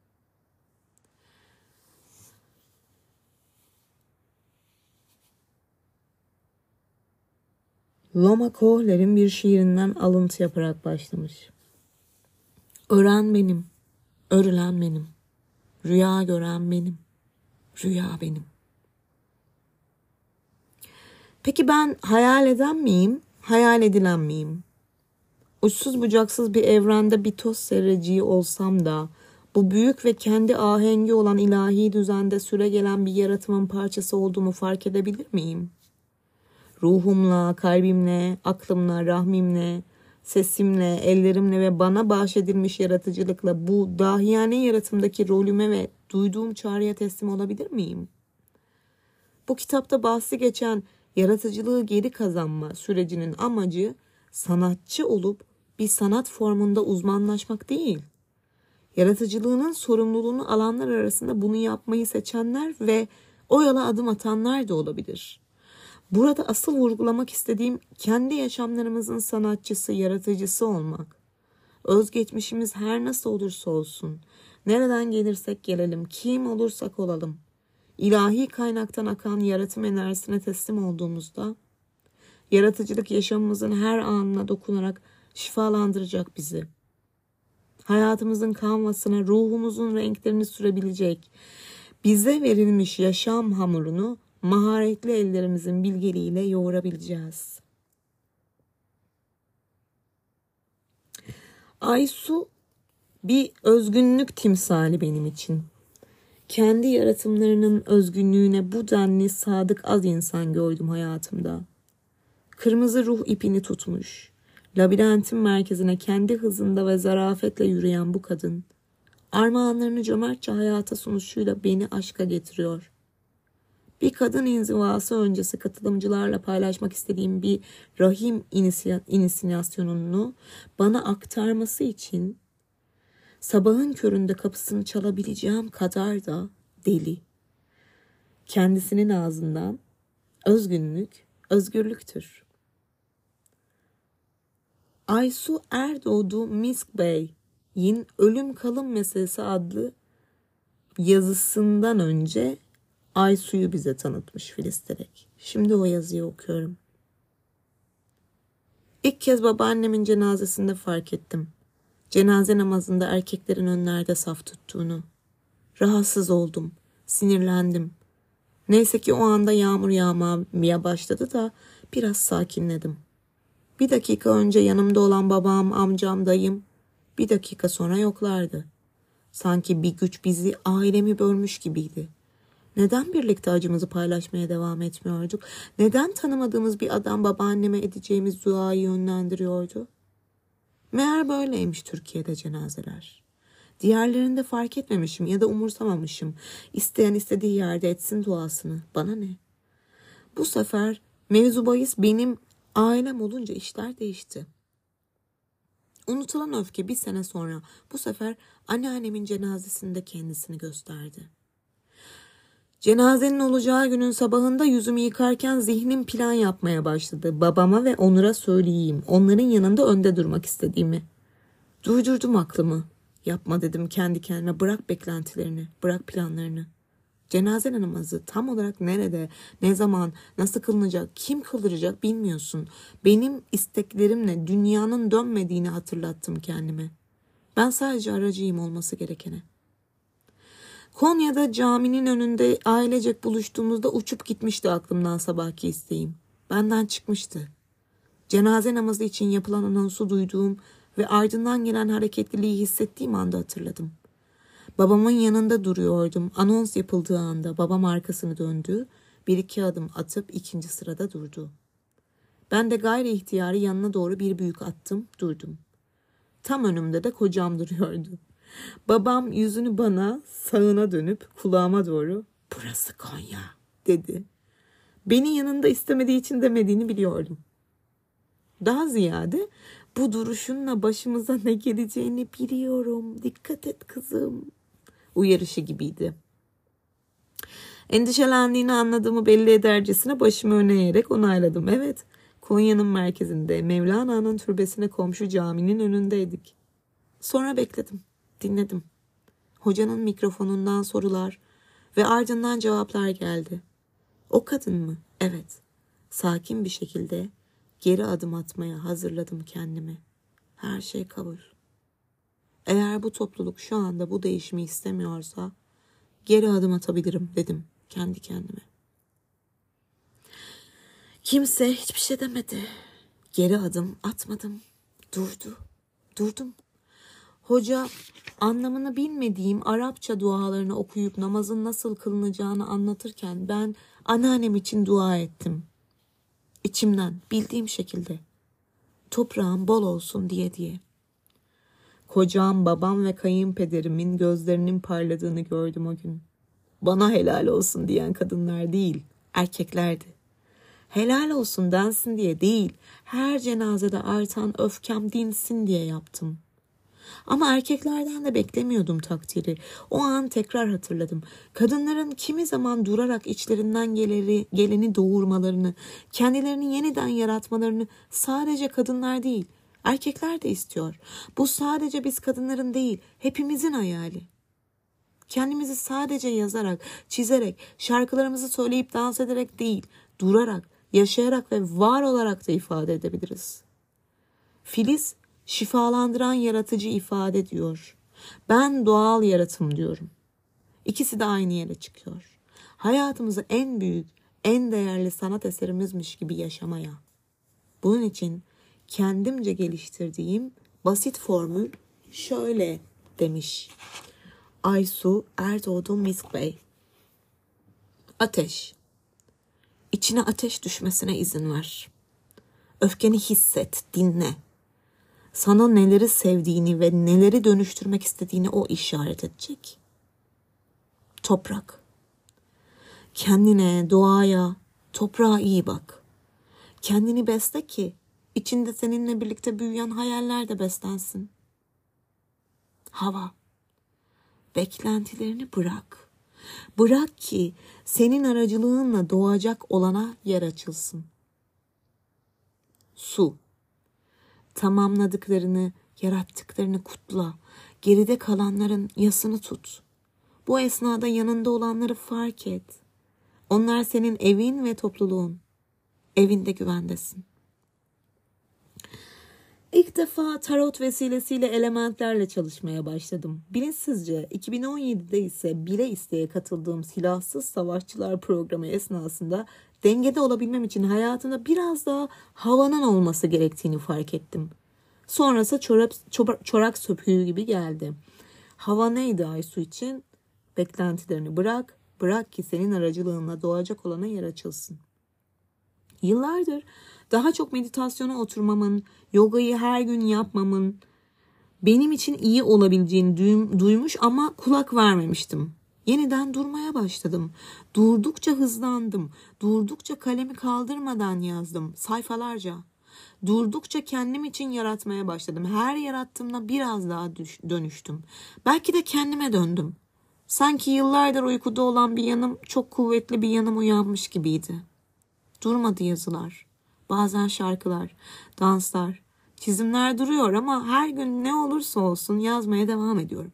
S2: Loma Kohler'in bir şiirinden alıntı yaparak başlamış. Ören benim, örülen benim, rüya gören benim, rüya benim. Peki ben hayal eden miyim, hayal edilen miyim? Uçsuz bucaksız bir evrende bir toz zerreciği olsam da bu büyük ve kendi ahengi olan ilahi düzende süregelen bir yaratımın parçası olduğumu fark edebilir miyim? Ruhumla, kalbimle, aklımla, rahmimle, sesimle, ellerimle ve bana bahşedilmiş yaratıcılıkla bu dahiyane yaratımdaki rolüme ve duyduğum çağrıya teslim olabilir miyim? Bu kitapta bahsi geçen yaratıcılığı geri kazanma sürecinin amacı sanatçı olup bir sanat formunda uzmanlaşmak değil. Yaratıcılığının sorumluluğunu alanlar arasında bunu yapmayı seçenler ve o yola adım atanlar da olabilir. Burada asıl vurgulamak istediğim kendi yaşamlarımızın sanatçısı, yaratıcısı olmak. Özgeçmişimiz her nasıl olursa olsun, nereden gelirsek gelelim, kim olursak olalım, ilahi kaynaktan akan yaratım enerjisine teslim olduğumuzda, yaratıcılık yaşamımızın her anına dokunarak şifalandıracak bizi. Hayatımızın kanvasına ruhumuzun renklerini sürebilecek, bize verilmiş yaşam hamurunu maharetli ellerimizin bilgeliğiyle yoğurabileceğiz. Aysu bir özgünlük timsali benim için. Kendi yaratımlarının özgünlüğüne bu denli sadık az insan gördüm hayatımda. Kırmızı ruh ipini tutmuş, labirentin merkezine kendi hızında ve zarafetle yürüyen bu kadın, armağanlarını cömertçe hayata sunuşuyla beni aşka getiriyor. Bir kadın inzivası öncesi katılımcılarla paylaşmak istediğim bir rahim inisyasyonunu bana aktarması için sabahın köründe kapısını çalabileceğim kadar da deli. Kendisinin ağzından özgünlük, özgürlüktür. Aysu Erdoğdu Misk Bey'in Ölüm Kalım Meselesi adlı yazısından önce Aysu'yu bize tanıtmış Filistelek. Şimdi o yazıyı okuyorum. İlk kez babaannemin cenazesinde fark ettim. Cenaze namazında erkeklerin önlerde saf tuttuğunu. Rahatsız oldum, sinirlendim. Neyse ki o anda yağmur yağmaya başladı da biraz sakinledim. Bir dakika önce yanımda olan babam, amcam, dayım bir dakika sonra yoklardı. Sanki bir güç bizi, ailemi bölmüş gibiydi. Neden birlikte acımızı paylaşmaya devam etmiyorduk? Neden tanımadığımız bir adam babaanneme edeceğimiz duayı yönlendiriyordu? Meğer böyleymiş Türkiye'de cenazeler. Diğerlerinde fark etmemişim ya da umursamamışım. İsteyen istediği yerde etsin duasını. Bana ne? Bu sefer mevzu bahis benim ailem olunca işler değişti. Unutulan öfke bir sene sonra bu sefer anneannemin cenazesinde kendisini gösterdi. Cenazenin olacağı günün sabahında yüzümü yıkarken zihnim plan yapmaya başladı. Babama ve Onur'a söyleyeyim, onların yanında önde durmak istediğimi. Duydurdum aklımı. Yapma dedim kendi kendime, bırak beklentilerini, bırak planlarını. Cenaze namazı tam olarak nerede, ne zaman, nasıl kılınacak, kim kıldıracak bilmiyorsun. Benim isteklerimle dünyanın dönmediğini hatırlattım kendime. Ben sadece aracıyım olması gerekene. Konya'da caminin önünde ailecek buluştuğumuzda uçup gitmişti aklımdan sabahki isteğim. Benden çıkmıştı. Cenaze namazı için yapılan anonsu duyduğum ve ardından gelen hareketliliği hissettiğim anda hatırladım. Babamın yanında duruyordum. Anons yapıldığı anda babam arkasını döndü. 1-2 adım atıp 2. sırada durdu. Ben de gayri ihtiyari yanına doğru bir büyük attım, durdum. Tam önümde de kocam duruyordu. Babam yüzünü bana, sağına dönüp kulağıma doğru "Burası Konya" dedi. Beni yanında istemediği için demediğini biliyordum. Daha ziyade bu duruşunla başımıza ne geleceğini biliyorum. Dikkat et kızım. Uyarışı gibiydi. Endişelendiğini anladığımı belli edercesine başımı öne eğerek onayladım. Evet, Konya'nın merkezinde Mevlana'nın türbesine komşu caminin önündeydik. Sonra bekledim, dinledim. Hocanın mikrofonundan sorular ve ardından cevaplar geldi. O kadın mı? Evet. Sakin bir şekilde geri adım atmaya hazırladım kendimi. Her şey kabul. Eğer bu topluluk şu anda bu değişimi istemiyorsa geri adım atabilirim dedim kendi kendime. Kimse hiçbir şey demedi. Geri adım atmadım. Durdum. Hoca anlamını bilmediğim Arapça dualarını okuyup namazın nasıl kılınacağını anlatırken ben anneannem için dua ettim. İçimden bildiğim şekilde. Toprağım bol olsun diye. Kocam, babam ve kayınpederimin gözlerinin parladığını gördüm o gün. Bana helal olsun diyen kadınlar değil, erkeklerdi. Helal olsun densin diye değil, her cenazede artan öfkem dinsin diye yaptım. Ama erkeklerden de beklemiyordum takdiri. O an tekrar hatırladım. Kadınların kimi zaman durarak içlerinden geleni doğurmalarını, kendilerini yeniden yaratmalarını sadece kadınlar değil, erkekler de istiyor. Bu sadece biz kadınların değil, hepimizin hayali. Kendimizi sadece yazarak, çizerek, şarkılarımızı söyleyip dans ederek değil, durarak, yaşayarak ve var olarak da ifade edebiliriz. Filiz, şifalandıran yaratıcı ifade diyor. Ben doğal yaratım diyorum. İkisi de aynı yere çıkıyor. Hayatımızı en büyük, en değerli sanat eserimizmiş gibi yaşamaya. Bunun için kendimce geliştirdiğim basit formül şöyle demiş Aysu Erdoğdu Misk Bey. Ateş. İçine ateş düşmesine izin ver. Öfkeni hisset, dinle. Sana neleri sevdiğini ve neleri dönüştürmek istediğini o işaret edecek. Toprak. Kendine, doğaya, toprağa iyi bak. Kendini besle ki içinde seninle birlikte büyüyen hayaller de beslensin. Hava. Beklentilerini bırak. Bırak ki senin aracılığınla doğacak olana yer açılsın. Su. Tamamladıklarını, yarattıklarını kutla. Geride kalanların yasını tut. Bu esnada yanında olanları fark et. Onlar senin evin ve topluluğun. Evinde güvendesin. İlk defa tarot vesilesiyle elementlerle çalışmaya başladım. Bilinçsizce 2017'de ise bile isteye katıldığım Silahsız Savaşçılar programı esnasında dengede olabilmem için hayatımda biraz daha havanın olması gerektiğini fark ettim. Sonrası çorak söpüğü gibi geldi. Hava neydi Aysu için? Beklentilerini bırak ki senin aracılığınla doğacak olana yer açılsın. Yıllardır daha çok meditasyona oturmamın, yogayı her gün yapmamın benim için iyi olabileceğini duymuş ama kulak vermemiştim. Yeniden durmaya başladım. Durdukça hızlandım. Durdukça kalemi kaldırmadan yazdım. Sayfalarca. Durdukça kendim için yaratmaya başladım. Her yarattığımda biraz daha dönüştüm. Belki de kendime döndüm. Sanki yıllardır uykuda olan bir yanım, çok kuvvetli bir yanım uyanmış gibiydi. Durmadı yazılar, bazen şarkılar, danslar, çizimler duruyor ama her gün ne olursa olsun yazmaya devam ediyorum.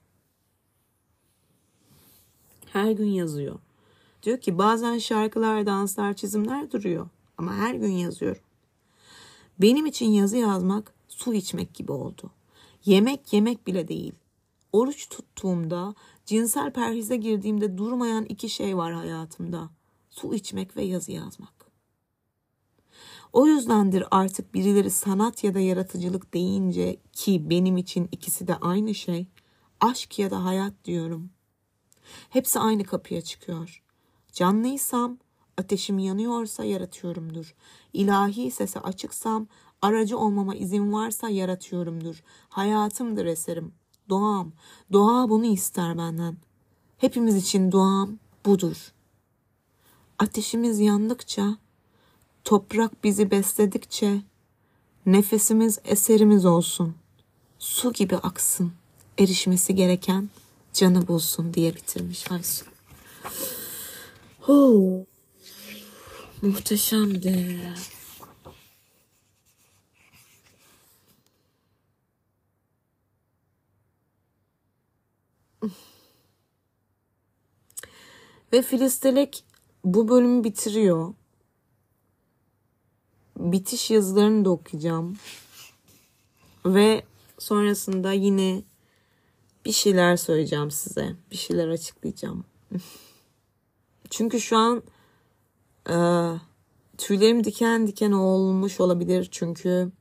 S2: Her gün yazıyor. Diyor ki bazen şarkılar, danslar, çizimler duruyor ama her gün yazıyorum. Benim için yazı yazmak su içmek gibi oldu. Yemek yemek bile değil. Oruç tuttuğumda, cinsel perhize girdiğimde durmayan 2 şey var hayatımda. Su içmek ve yazı yazmak. O yüzdendir artık birileri sanat ya da yaratıcılık deyince, ki benim için ikisi de aynı şey, aşk ya da hayat diyorum. Hepsi aynı kapıya çıkıyor. Canlıysam, ateşim yanıyorsa yaratıyorumdur. İlahi sese açıksam, aracı olmama izin varsa yaratıyorumdur. Hayatımdır eserim. Doğam. Doğa bunu ister benden. Hepimiz için doğam budur. Ateşimiz yandıkça, toprak bizi besledikçe, nefesimiz eserimiz olsun. Su gibi aksın. Erişmesi gereken canı bulsun diye bitirmiş Aysu. Muhteşemdi. Ve Filistelek bu bölümü bitiriyor. Bitiş yazılarını da okuyacağım. Ve sonrasında yine bir şeyler söyleyeceğim size. Bir şeyler açıklayacağım. Çünkü şu an tüylerim diken diken olmuş olabilir. Çünkü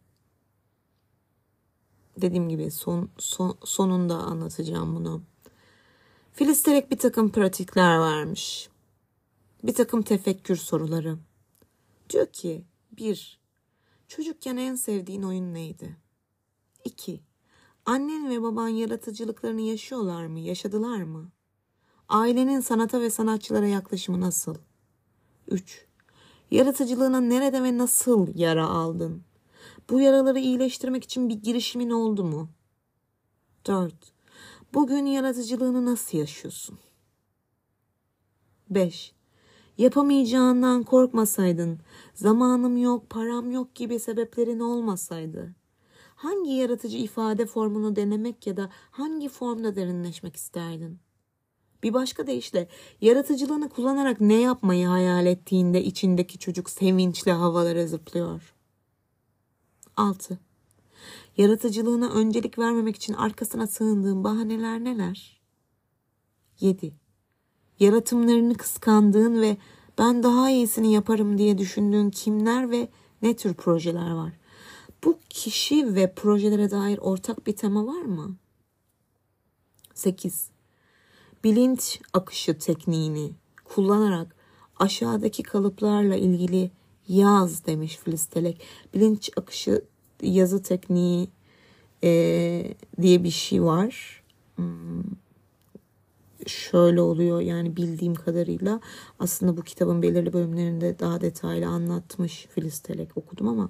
S2: dediğim gibi sonunda anlatacağım bunu. Filistelek bir takım pratikler vermiş. Bir takım tefekkür soruları. Diyor ki 1. Çocukken en sevdiğin oyun neydi? 2. Annen ve baban yaratıcılıklarını yaşıyorlar mı? Yaşadılar mı? Ailenin sanata ve sanatçılara yaklaşımı nasıl? 3. Yaratıcılığına nerede ve nasıl yara aldın? Bu yaraları iyileştirmek için bir girişimin oldu mu? 4. Bugün yaratıcılığını nasıl yaşıyorsun? 5. Yapamayacağından korkmasaydın, zamanım yok, param yok gibi sebeplerin olmasaydı, hangi yaratıcı ifade formunu denemek ya da hangi formda derinleşmek isterdin? Bir başka deyişle, yaratıcılığını kullanarak ne yapmayı hayal ettiğinde içindeki çocuk sevinçle havalara zıplıyor. 6. Yaratıcılığına öncelik vermemek için arkasına sığındığın bahaneler neler? 7. Yaratımlarını kıskandığın ve ben daha iyisini yaparım diye düşündüğün kimler ve ne tür projeler var? Bu kişi ve projelere dair ortak bir tema var mı? 8. Bilinç akışı tekniğini kullanarak aşağıdaki kalıplarla ilgili yaz demiş Filistelek. Bilinç akışı yazı tekniği diye bir şey var. Şöyle oluyor, yani bildiğim kadarıyla aslında bu kitabın belirli bölümlerinde daha detaylı anlatmış Filistelek, okudum ama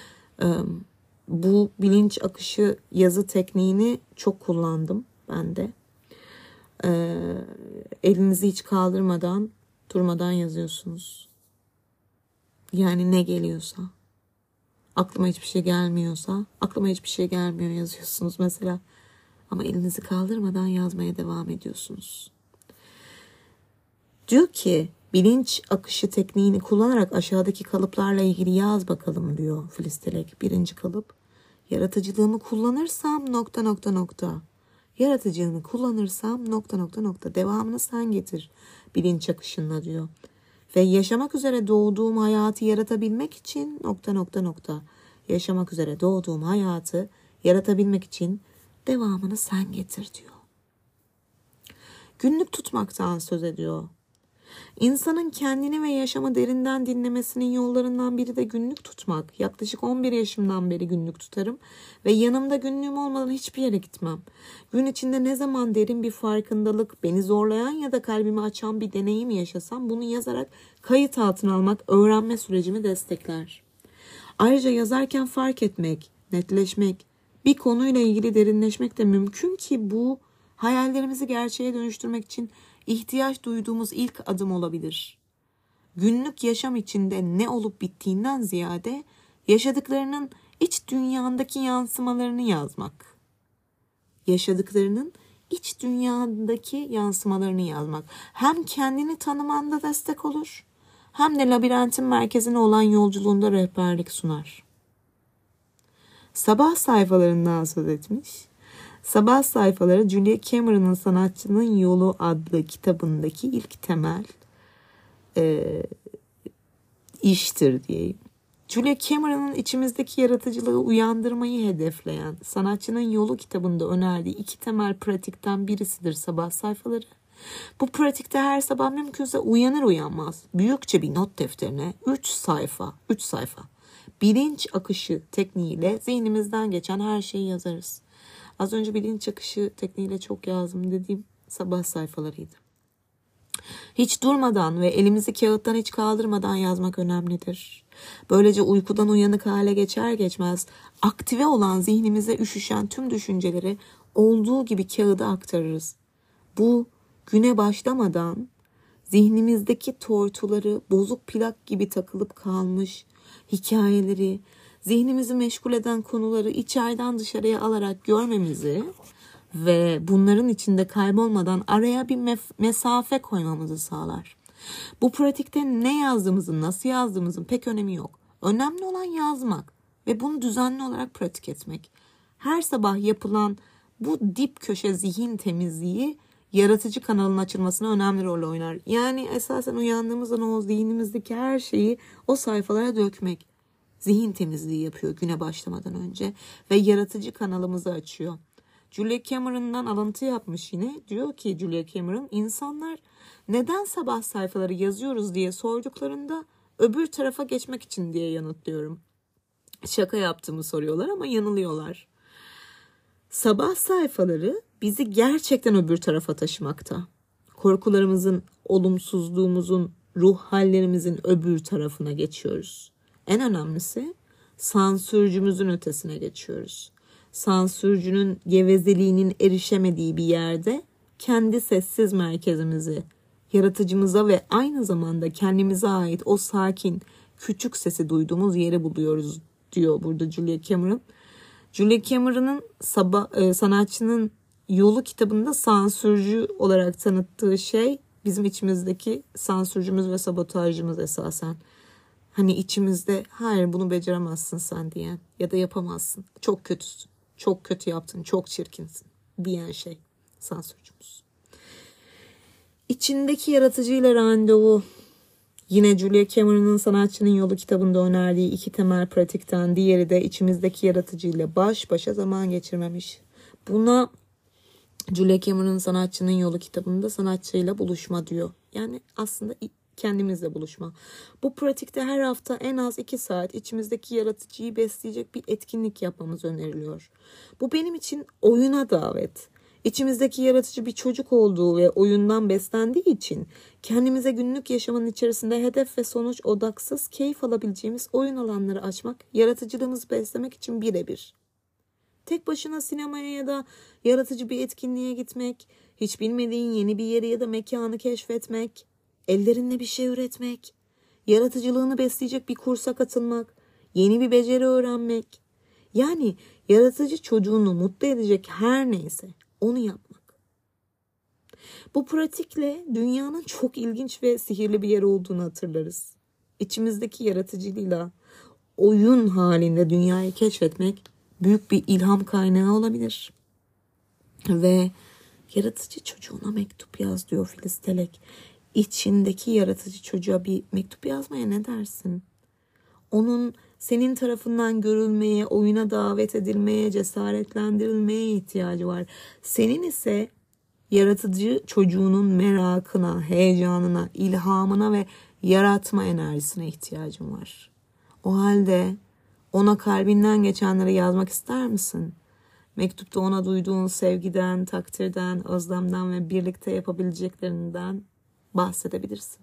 S2: bu bilinç akışı yazı tekniğini çok kullandım ben de. Elinizi hiç kaldırmadan, durmadan yazıyorsunuz. Yani ne geliyorsa, aklıma hiçbir şey gelmiyor yazıyorsunuz mesela. Ama elinizi kaldırmadan yazmaya devam ediyorsunuz. Diyor ki bilinç akışı tekniğini kullanarak aşağıdaki kalıplarla ilgili yaz bakalım diyor Filistelek. 1. kalıp, Yaratıcılığımı kullanırsam ... Yaratıcılığını kullanırsam ... Devamını sen getir bilinç akışınla diyor. Ve yaşamak üzere doğduğum hayatı yaratabilmek için ... Yaşamak üzere doğduğum hayatı yaratabilmek için devamını sen getir diyor. Günlük tutmaktan söz ediyor. İnsanın kendini ve yaşamı derinden dinlemesinin yollarından biri de günlük tutmak. Yaklaşık 11 yaşımdan beri günlük tutarım ve yanımda günlüğüm olmadan hiçbir yere gitmem. Gün içinde ne zaman derin bir farkındalık, beni zorlayan ya da kalbimi açan bir deneyim yaşasam bunu yazarak kayıt altına almak öğrenme sürecimi destekler. Ayrıca yazarken fark etmek, netleşmek, bir konuyla ilgili derinleşmek de mümkün ki bu hayallerimizi gerçeğe dönüştürmek için ihtiyaç duyduğumuz ilk adım olabilir. Günlük yaşam içinde ne olup bittiğinden ziyade yaşadıklarının iç dünyandaki yansımalarını yazmak. Yaşadıklarının iç dünyadaki yansımalarını yazmak hem kendini tanımanda destek olur hem de labirentin merkezine olan yolculuğunda rehberlik sunar. Sabah sayfalarından söz etmiş. Sabah sayfaları Julia Cameron'ın Sanatçının Yolu adlı kitabındaki ilk temel iştir diyeyim. Julia Cameron'ın içimizdeki yaratıcılığı uyandırmayı hedefleyen Sanatçının Yolu kitabında önerdiği 2 temel pratikten birisidir sabah sayfaları. Bu pratikte her sabah mümkünse uyanır uyanmaz büyükçe bir not defterine 3 sayfa bilinç akışı tekniğiyle zihnimizden geçen her şeyi yazarız. Az önce bilinç akışı tekniğiyle çok yazdım dediğim sabah sayfalarıydı. Hiç durmadan ve elimizi kağıttan hiç kaldırmadan yazmak önemlidir. Böylece uykudan uyanık hale geçer geçmez aktive olan zihnimize üşüşen tüm düşünceleri olduğu gibi kağıda aktarırız. Bu güne başlamadan zihnimizdeki tortuları, bozuk plak gibi takılıp kalmış hikayeleri, zihnimizi meşgul eden konuları içeriden dışarıya alarak görmemizi ve bunların içinde kaybolmadan araya bir mesafe koymamızı sağlar. Bu pratikte ne yazdığımızın, nasıl yazdığımızın pek önemi yok. Önemli olan yazmak ve bunu düzenli olarak pratik etmek. Her sabah yapılan bu dip köşe zihin temizliği yaratıcı kanalın açılmasına önemli rol oynar. Yani esasen uyandığımızda o zihnimizdeki her şeyi o sayfalara dökmek. Zihin temizliği yapıyor güne başlamadan önce ve yaratıcı kanalımızı açıyor. Julia Cameron'dan alıntı yapmış yine. Diyor ki Julia Cameron, insanlar neden sabah sayfaları yazıyoruz diye sorduklarında öbür tarafa geçmek için diye yanıtlıyorum. Şaka yaptığımı soruyorlar ama yanılıyorlar. Sabah sayfaları bizi gerçekten öbür tarafa taşımakta. Korkularımızın, olumsuzluğumuzun, ruh hallerimizin öbür tarafına geçiyoruz. En önemlisi sansürcümüzün ötesine geçiyoruz. Sansürcünün gevezeliğinin erişemediği bir yerde kendi sessiz merkezimizi, yaratıcımıza ve aynı zamanda kendimize ait o sakin, küçük sesi duyduğumuz yeri buluyoruz diyor burada Julia Cameron. Julia Cameron'ın Sanatçının Yolu kitabında sansürcü olarak tanıttığı şey bizim içimizdeki sansürcümüz ve sabotajcımız esasen. Hani içimizde hayır bunu beceremezsin sen diyen ya da yapamazsın. Çok kötüsün. Çok kötü yaptın. Çok çirkinsin diyen şey sansürcümüz. İçindeki yaratıcıyla randevu. Yine Julia Cameron'ın Sanatçının Yolu kitabında önerdiği 2 temel pratikten diğeri de içimizdeki yaratıcıyla baş başa zaman geçirmemiş. Buna Julia Cameron'ın Sanatçının Yolu kitabında sanatçıyla buluşma diyor. Yani aslında kendimizle buluşma. Bu pratikte her hafta en az 2 saat içimizdeki yaratıcıyı besleyecek bir etkinlik yapmamız öneriliyor. Bu benim için oyuna davet. İçimizdeki yaratıcı bir çocuk olduğu ve oyundan beslendiği için kendimize günlük yaşamın içerisinde hedef ve sonuç odaksız keyif alabileceğimiz oyun alanları açmak, yaratıcılığımızı beslemek için birebir. Tek başına sinemaya ya da yaratıcı bir etkinliğe gitmek, hiç bilmediğin yeni bir yeri ya da mekanı keşfetmek, ellerinle bir şey üretmek, yaratıcılığını besleyecek bir kursa katılmak, yeni bir beceri öğrenmek. Yani yaratıcı çocuğunu mutlu edecek her neyse onu yapmak. Bu pratikle dünyanın çok ilginç ve sihirli bir yer olduğunu hatırlarız. İçimizdeki yaratıcılığıyla oyun halinde dünyayı keşfetmek büyük bir ilham kaynağı olabilir. Ve yaratıcı çocuğuna mektup yaz diyor Filiz Telek. İçindeki yaratıcı çocuğa bir mektup yazmaya ne dersin? Onun senin tarafından görülmeye, oyuna davet edilmeye, cesaretlendirilmeye ihtiyacı var. Senin ise yaratıcı çocuğunun merakına, heyecanına, ilhamına ve yaratma enerjisine ihtiyacın var. O halde ona kalbinden geçenleri yazmak ister misin? Mektupta ona duyduğun sevgiden, takdirden, özlemden ve birlikte yapabileceklerinden bahsedebilirsin.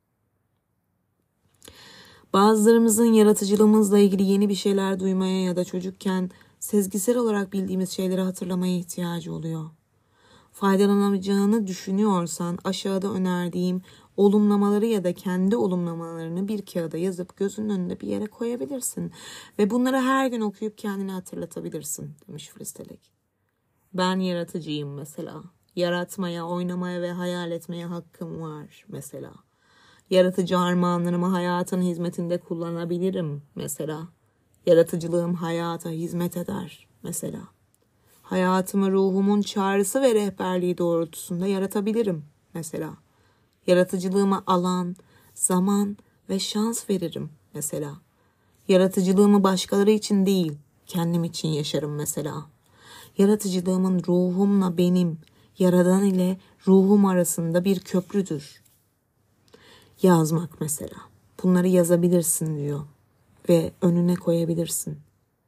S2: Bazılarımızın yaratıcılığımızla ilgili yeni bir şeyler duymaya ya da çocukken sezgisel olarak bildiğimiz şeyleri hatırlamaya ihtiyacı oluyor. Faydalanamayacağını düşünüyorsan aşağıda önerdiğim olumlamaları ya da kendi olumlamalarını bir kağıda yazıp gözünün önünde bir yere koyabilirsin. Ve bunları her gün okuyup kendini hatırlatabilirsin demiş Filiz Telek. Ben yaratıcıyım mesela. Yaratmaya, oynamaya ve hayal etmeye hakkım var mesela. Yaratıcı armağanlarımı hayatın hizmetinde kullanabilirim mesela. Yaratıcılığım hayata hizmet eder mesela. Hayatımı ruhumun çağrısı ve rehberliği doğrultusunda yaratabilirim mesela. Yaratıcılığıma alan, zaman ve şans veririm mesela. Yaratıcılığımı başkaları için değil, kendim için yaşarım mesela. Yaratıcılığımın ruhumla benim, Yaradan ile ruhum arasında bir köprüdür. Yazmak mesela. Bunları yazabilirsin diyor ve önüne koyabilirsin.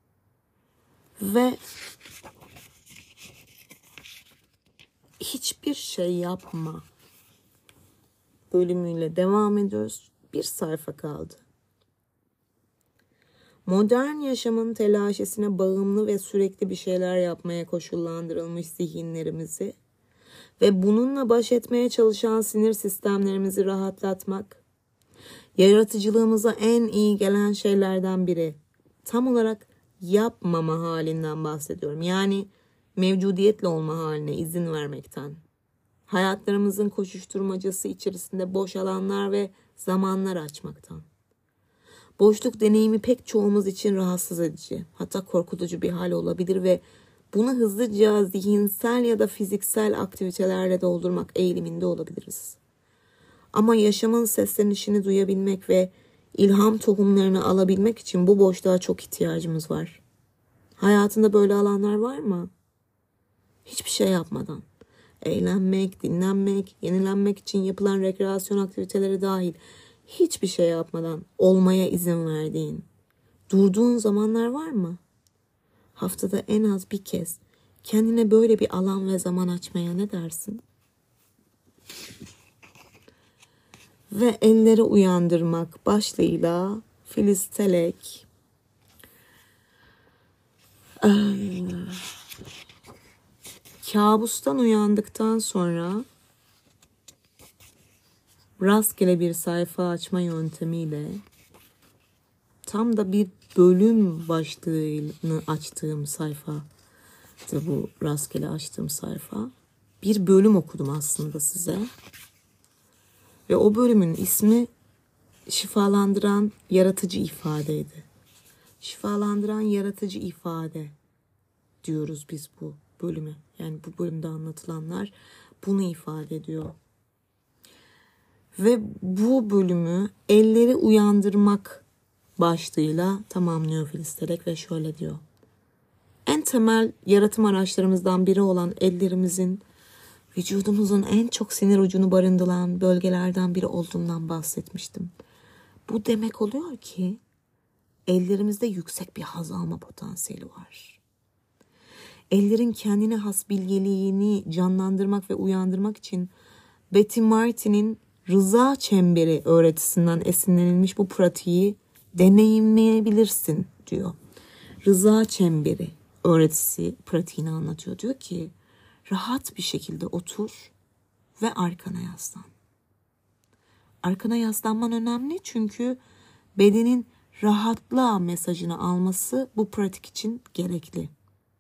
S2: Ve hiçbir şey yapma bölümüyle devam ediyoruz. Bir sayfa kaldı. Modern yaşamın telaşesine bağımlı ve sürekli bir şeyler yapmaya koşullandırılmış zihinlerimizi ve bununla baş etmeye çalışan sinir sistemlerimizi rahatlatmak, yaratıcılığımıza en iyi gelen şeylerden biri. Tam olarak yapmama halinden bahsediyorum. Yani mevcudiyetle olma haline izin vermekten. Hayatlarımızın koşuşturmacası içerisinde boş alanlar ve zamanlar açmaktan. Boşluk deneyimi pek çoğumuz için rahatsız edici, hatta korkutucu bir hal olabilir ve bunu hızlıca zihinsel ya da fiziksel aktivitelerle doldurmak eğiliminde olabiliriz. Ama yaşamın seslenişini duyabilmek ve ilham tohumlarını alabilmek için bu boşluğa çok ihtiyacımız var. Hayatında böyle alanlar var mı? Hiçbir şey yapmadan. Eğlenmek, dinlenmek, yenilenmek için yapılan rekreasyon aktiviteleri dahil hiçbir şey yapmadan olmaya izin verdiğin, durduğun zamanlar var mı? Haftada en az bir kez kendine böyle bir alan ve zaman açmaya ne dersin? Ve elleri uyandırmak başlığıyla Filiz Telek kabustan uyandıktan sonra rastgele bir sayfa açma yöntemiyle tam da bir bölüm başlığını açtığım sayfa, bu rastgele açtığım sayfa, bir bölüm okudum aslında size. Ve o bölümün ismi şifalandıran yaratıcı ifadeydi. Şifalandıran yaratıcı ifade diyoruz biz bu bölüme. Yani bu bölümde anlatılanlar bunu ifade ediyor. Ve bu bölümü elleri uyandırmak başlığıyla tamamlıyor Filiz Telek ve şöyle diyor. En temel yaratım araçlarımızdan biri olan ellerimizin vücudumuzun en çok sinir ucunu barındıran bölgelerden biri olduğundan bahsetmiştim. Bu demek oluyor ki ellerimizde yüksek bir haz alma potansiyeli var. Ellerin kendine has bilgeliğini canlandırmak ve uyandırmak için Betty Martin'in rıza çemberi öğretisinden esinlenilmiş bu pratiği deneyimleyebilirsin diyor. Rıza çemberi öğretisi pratiğini anlatıyor. Diyor ki rahat bir şekilde otur ve arkana yaslan. Arkana yaslanman önemli çünkü bedenin rahatla mesajını alması bu pratik için gerekli.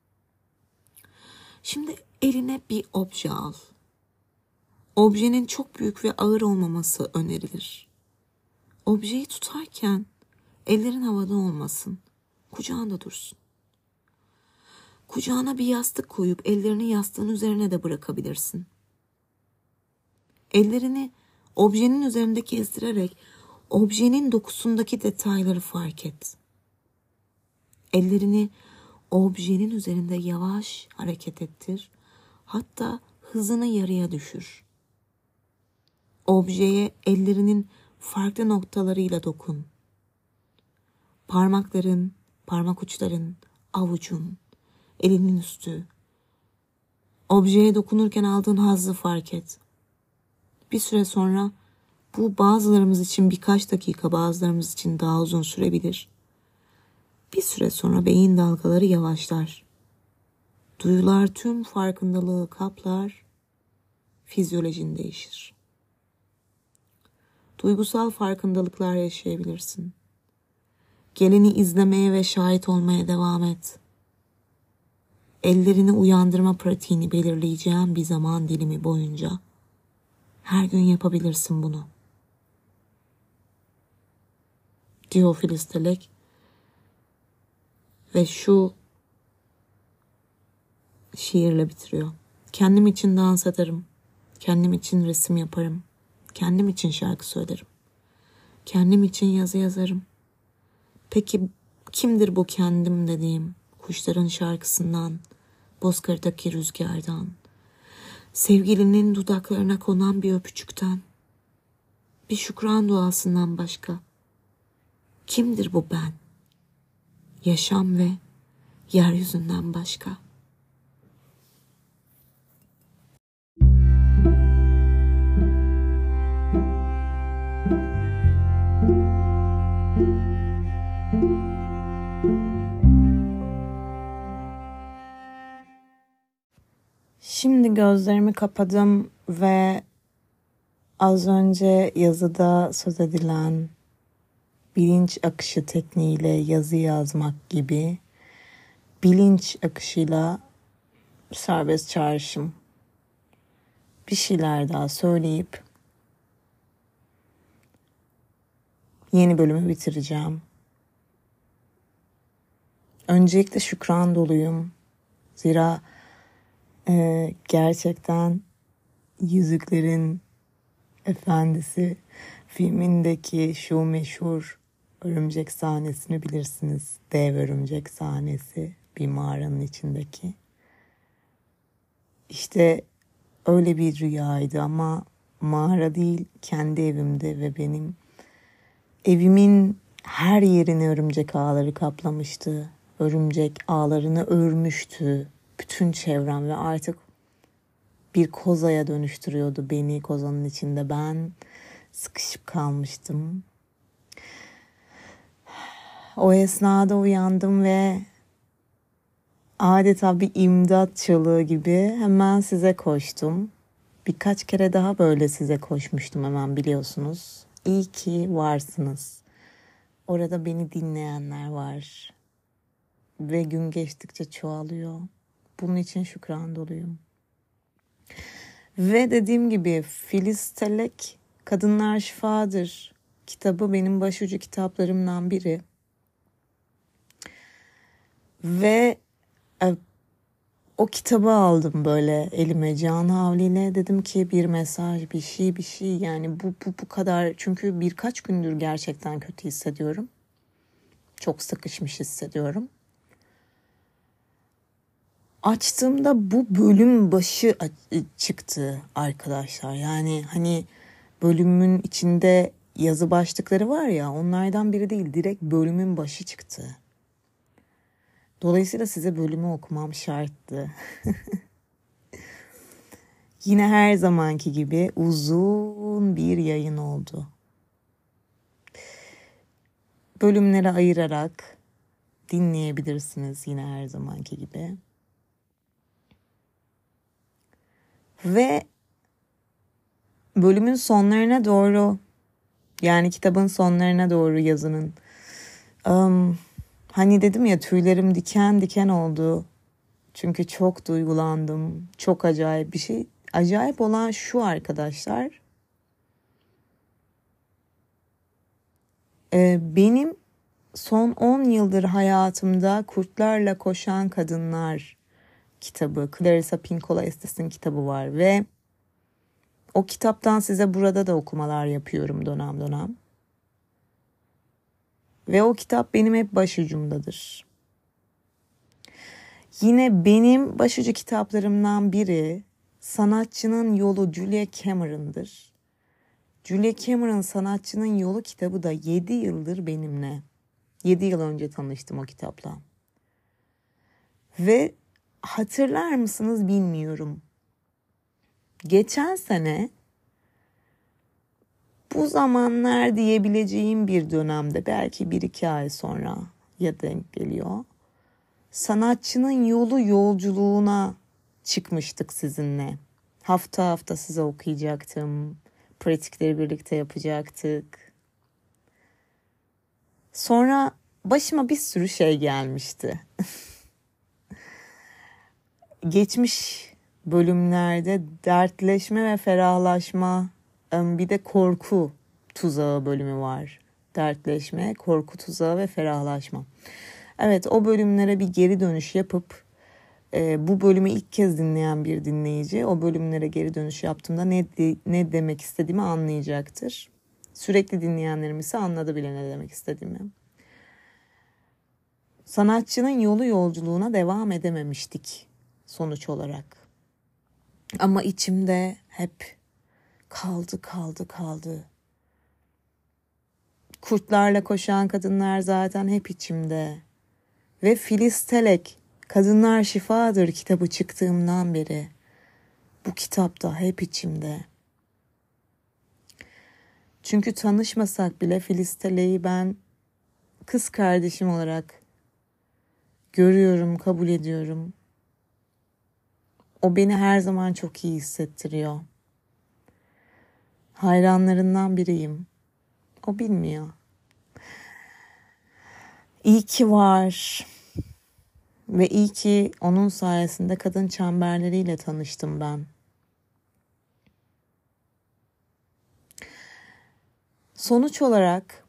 S2: Şimdi eline bir obje al. Objenin çok büyük ve ağır olmaması önerilir. Objeyi tutarken ellerin havada olmasın, kucağında dursun. Kucağına bir yastık koyup ellerini yastığın üzerine de bırakabilirsin. Ellerini objenin üzerinde gezdirerek objenin dokusundaki detayları fark et. Ellerini objenin üzerinde yavaş hareket ettir. Hatta hızını yarıya düşür. Objeye ellerinin farklı noktalarıyla dokun. Parmakların, parmak uçların, avucun, elinin üstü. Objeye dokunurken aldığın hazzı fark et. Bir süre sonra bu bazılarımız için birkaç dakika, bazılarımız için daha uzun sürebilir. Bir süre sonra beyin dalgaları yavaşlar. Duyular tüm farkındalığı kaplar, fizyolojin değişir. Duygusal farkındalıklar yaşayabilirsin. Geleni izlemeye ve şahit olmaya devam et. Ellerini uyandırma pratiğini belirleyeceğin bir zaman dilimi boyunca her gün yapabilirsin bunu. Diyor Filiz Telek. Ve şu şiirle bitiriyor. Kendim için dans ederim. Kendim için resim yaparım. Kendim için şarkı söylerim. Kendim için yazı yazarım. Peki kimdir bu kendim dediğim? Kuşların şarkısından, bozkırdaki rüzgardan, sevgilinin dudaklarına konan bir öpücükten, bir şükran duasından başka. Kimdir bu ben? Yaşam ve yeryüzünden başka.
S1: Şimdi gözlerimi kapadım ve az önce yazıda söz edilen bilinç akışı tekniğiyle yazı yazmak gibi bilinç akışıyla serbest çağrışım bir şeyler daha söyleyip yeni bölümü bitireceğim. Öncelikle şükran doluyum. Zira gerçekten Yüzüklerin Efendisi filmindeki şu meşhur örümcek sahnesini bilirsiniz. Dev örümcek sahnesi bir mağaranın içindeki. İşte öyle bir rüyaydı ama mağara değil, kendi evimde ve benim evimin her yerini örümcek ağları kaplamıştı. Örümcek ağlarını örmüştü bütün çevrem ve artık bir kozaya dönüştürüyordu beni. Kozanın içinde ben sıkışıp kalmıştım. O esnada uyandım ve adeta bir imdat çığlığı gibi hemen size koştum. Birkaç kere daha böyle size koşmuştum hemen, biliyorsunuz. İyi ki varsınız. Orada beni dinleyenler var. Ve gün geçtikçe çoğalıyor. Bunun için şükran doluyum. Ve dediğim gibi Filiz Telek Kadınlar Şifadır kitabı benim başucu kitaplarımdan biri. Ve o kitabı aldım böyle elime can havliyle. Dedim ki bir mesaj, bir şey yani bu kadar. Çünkü birkaç gündür gerçekten kötü hissediyorum. Çok sıkışmış hissediyorum. Açtığımda bu bölüm başı çıktı arkadaşlar. Yani hani bölümün içinde yazı başlıkları var ya, onlardan biri değil, direkt bölümün başı çıktı. Dolayısıyla size bölümü okumam şarttı. Yine her zamanki gibi uzun bir yayın oldu. Bölümlere ayırarak dinleyebilirsiniz yine her zamanki gibi. Ve bölümün sonlarına doğru, yani kitabın sonlarına doğru yazının hani dedim ya, tüylerim diken diken oldu. Çünkü çok duygulandım. Çok acayip bir şey. Acayip olan şu arkadaşlar. Benim son 10 yıldır hayatımda Kurtlarla Koşan Kadınlar kitabı. Clarissa Pinkola Estes'in kitabı var ve o kitaptan size burada da okumalar yapıyorum dönem dönem. Ve o kitap benim hep başucumdadır. Yine benim başucu kitaplarımdan biri Sanatçının Yolu Julia Cameron'dır. Julia Cameron Sanatçının Yolu kitabı da 7 yıldır benimle. 7 yıl önce tanıştım o kitapla. Ve hatırlar mısınız bilmiyorum. Geçen sene bu zamanlar diyebileceğim bir dönemde, belki 1-2 ay sonra ya denk geliyor. Sanatçının Yolu yolculuğuna çıkmıştık sizinle. Hafta hafta size okuyacaktım. Pratikleri birlikte yapacaktık. Sonra başıma bir sürü şey gelmişti. Geçmiş bölümlerde dertleşme ve ferahlaşma, bir de korku tuzağı bölümü var. Dertleşme, korku tuzağı ve ferahlaşma. Evet, o bölümlere bir geri dönüş yapıp bu bölümü ilk kez dinleyen bir dinleyici o bölümlere geri dönüş yaptığımda ne demek istediğimi anlayacaktır. Sürekli dinleyenlerim ise anladı bile ne demek istediğimi. Sanatçının yolu yolculuğuna devam edememiştik sonuç olarak. Ama içimde hep kaldı. Kurtlarla Koşan Kadınlar zaten hep içimde. Ve Filiz Telek, Kadınlar Şifadır kitabı çıktığımdan beri bu kitap da hep içimde. Çünkü tanışmasak bile Filiz Telek'i ben kız kardeşim olarak görüyorum, kabul ediyorum. O beni her zaman çok iyi hissettiriyor. Hayranlarından biriyim. O bilmiyor. İyi ki var. Ve iyi ki onun sayesinde kadın çemberleriyle tanıştım ben. Sonuç olarak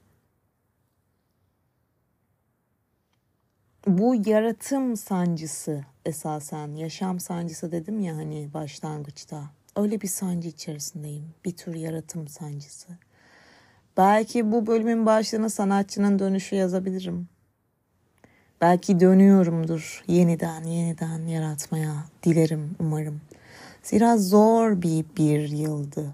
S1: bu yaratım sancısı, esasen yaşam sancısı dedim ya hani başlangıçta. Öyle bir sancı içerisindeyim. Bir tür yaratım sancısı. Belki bu bölümün başlığına sanatçının dönüşü yazabilirim. Belki dönüyorumdur yeniden yaratmaya, dilerim, umarım. Zira zor bir yıldı.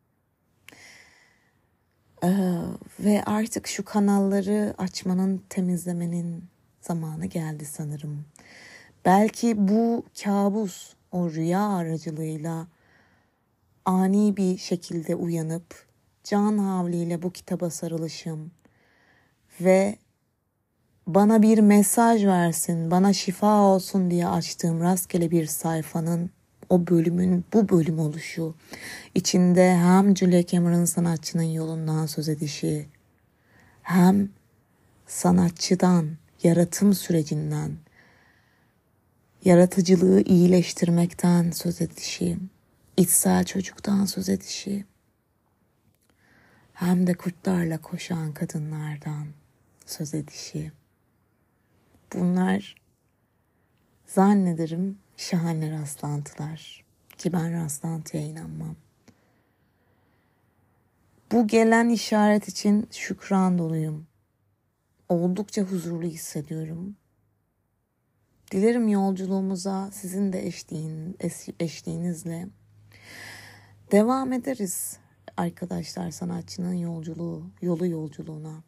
S1: Ve artık şu kanalları açmanın, temizlemenin zamanı geldi sanırım. Belki bu kabus, o rüya aracılığıyla ani bir şekilde uyanıp can havliyle bu kitaba sarılışım ve bana bir mesaj versin, bana şifa olsun diye açtığım rastgele bir sayfanın, o bölümün bu bölüm oluşu, içinde hem Julia Cameron sanatçının yolundan söz edişi, hem sanatçıdan, yaratım sürecinden, yaratıcılığı iyileştirmekten söz edişi, içsel çocuktan söz edişi, hem de kurtlarla koşan kadınlardan söz edişi. Bunlar zannederim şahane rastlantılar ki ben rastlantıya inanmam. Bu gelen işaret için şükran doluyum. Oldukça huzurlu hissediyorum. Dilerim yolculuğumuza sizin de eşliğinizle devam ederiz arkadaşlar, sanatçının yolu yolculuğuna.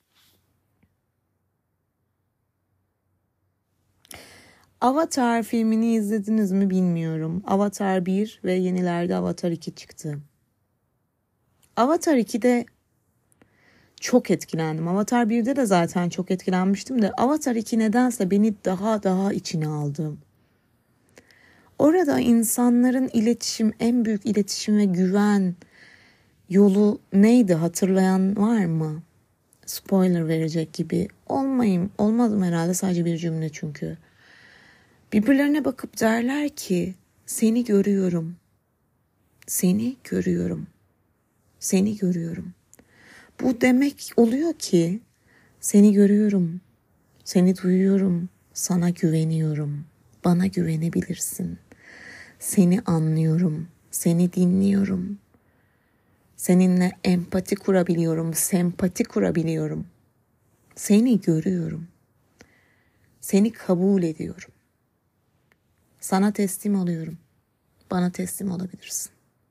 S1: Avatar filmini izlediniz mi bilmiyorum. Avatar 1 ve yenilerde Avatar 2 çıktı. Avatar 2'de çok etkilendim. Avatar 1'de de zaten çok etkilenmiştim de Avatar 2 nedense beni daha içine aldı. Orada insanların en büyük iletişim ve güven yolu neydi, hatırlayan var mı? Spoiler verecek gibi olmazım herhalde, sadece bir cümle çünkü. Birbirlerine bakıp derler ki seni görüyorum. Seni görüyorum. Seni görüyorum. Bu demek oluyor ki seni görüyorum. Seni duyuyorum. Sana güveniyorum.
S2: Bana güvenebilirsin. Seni anlıyorum, seni dinliyorum. Seninle empati kurabiliyorum, sempati kurabiliyorum. Seni görüyorum. Seni kabul ediyorum. Sana teslim oluyorum. Bana teslim olabilirsin.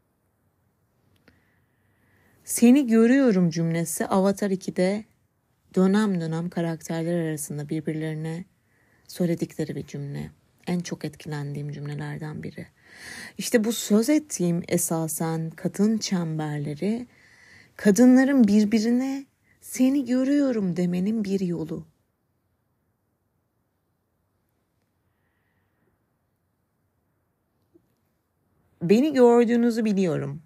S2: Seni görüyorum cümlesi Avatar 2'de dönem dönem karakterler arasında birbirlerine söyledikleri bir cümle. En çok etkilendiğim cümlelerden biri. İşte bu söz ettiğim esasen kadın çemberleri, kadınların birbirine seni görüyorum demenin bir yolu. Beni gördüğünüzü biliyorum.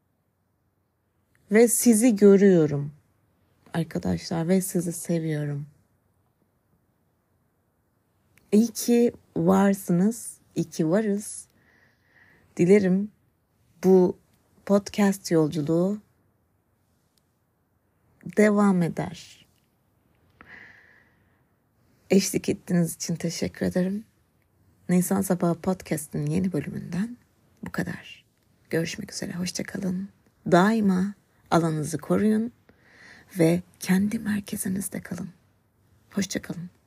S2: Ve sizi görüyorum arkadaşlar ve sizi seviyorum. İyi ki varsınız, iyi ki varız. Dilerim bu podcast yolculuğu devam eder. Eşlik ettiğiniz için teşekkür ederim. Nisan Sabahı Podcast'ın yeni bölümünden bu kadar. Görüşmek üzere, hoşça kalın. Daima alanınızı koruyun ve kendi merkezinizde kalın. Hoşça kalın.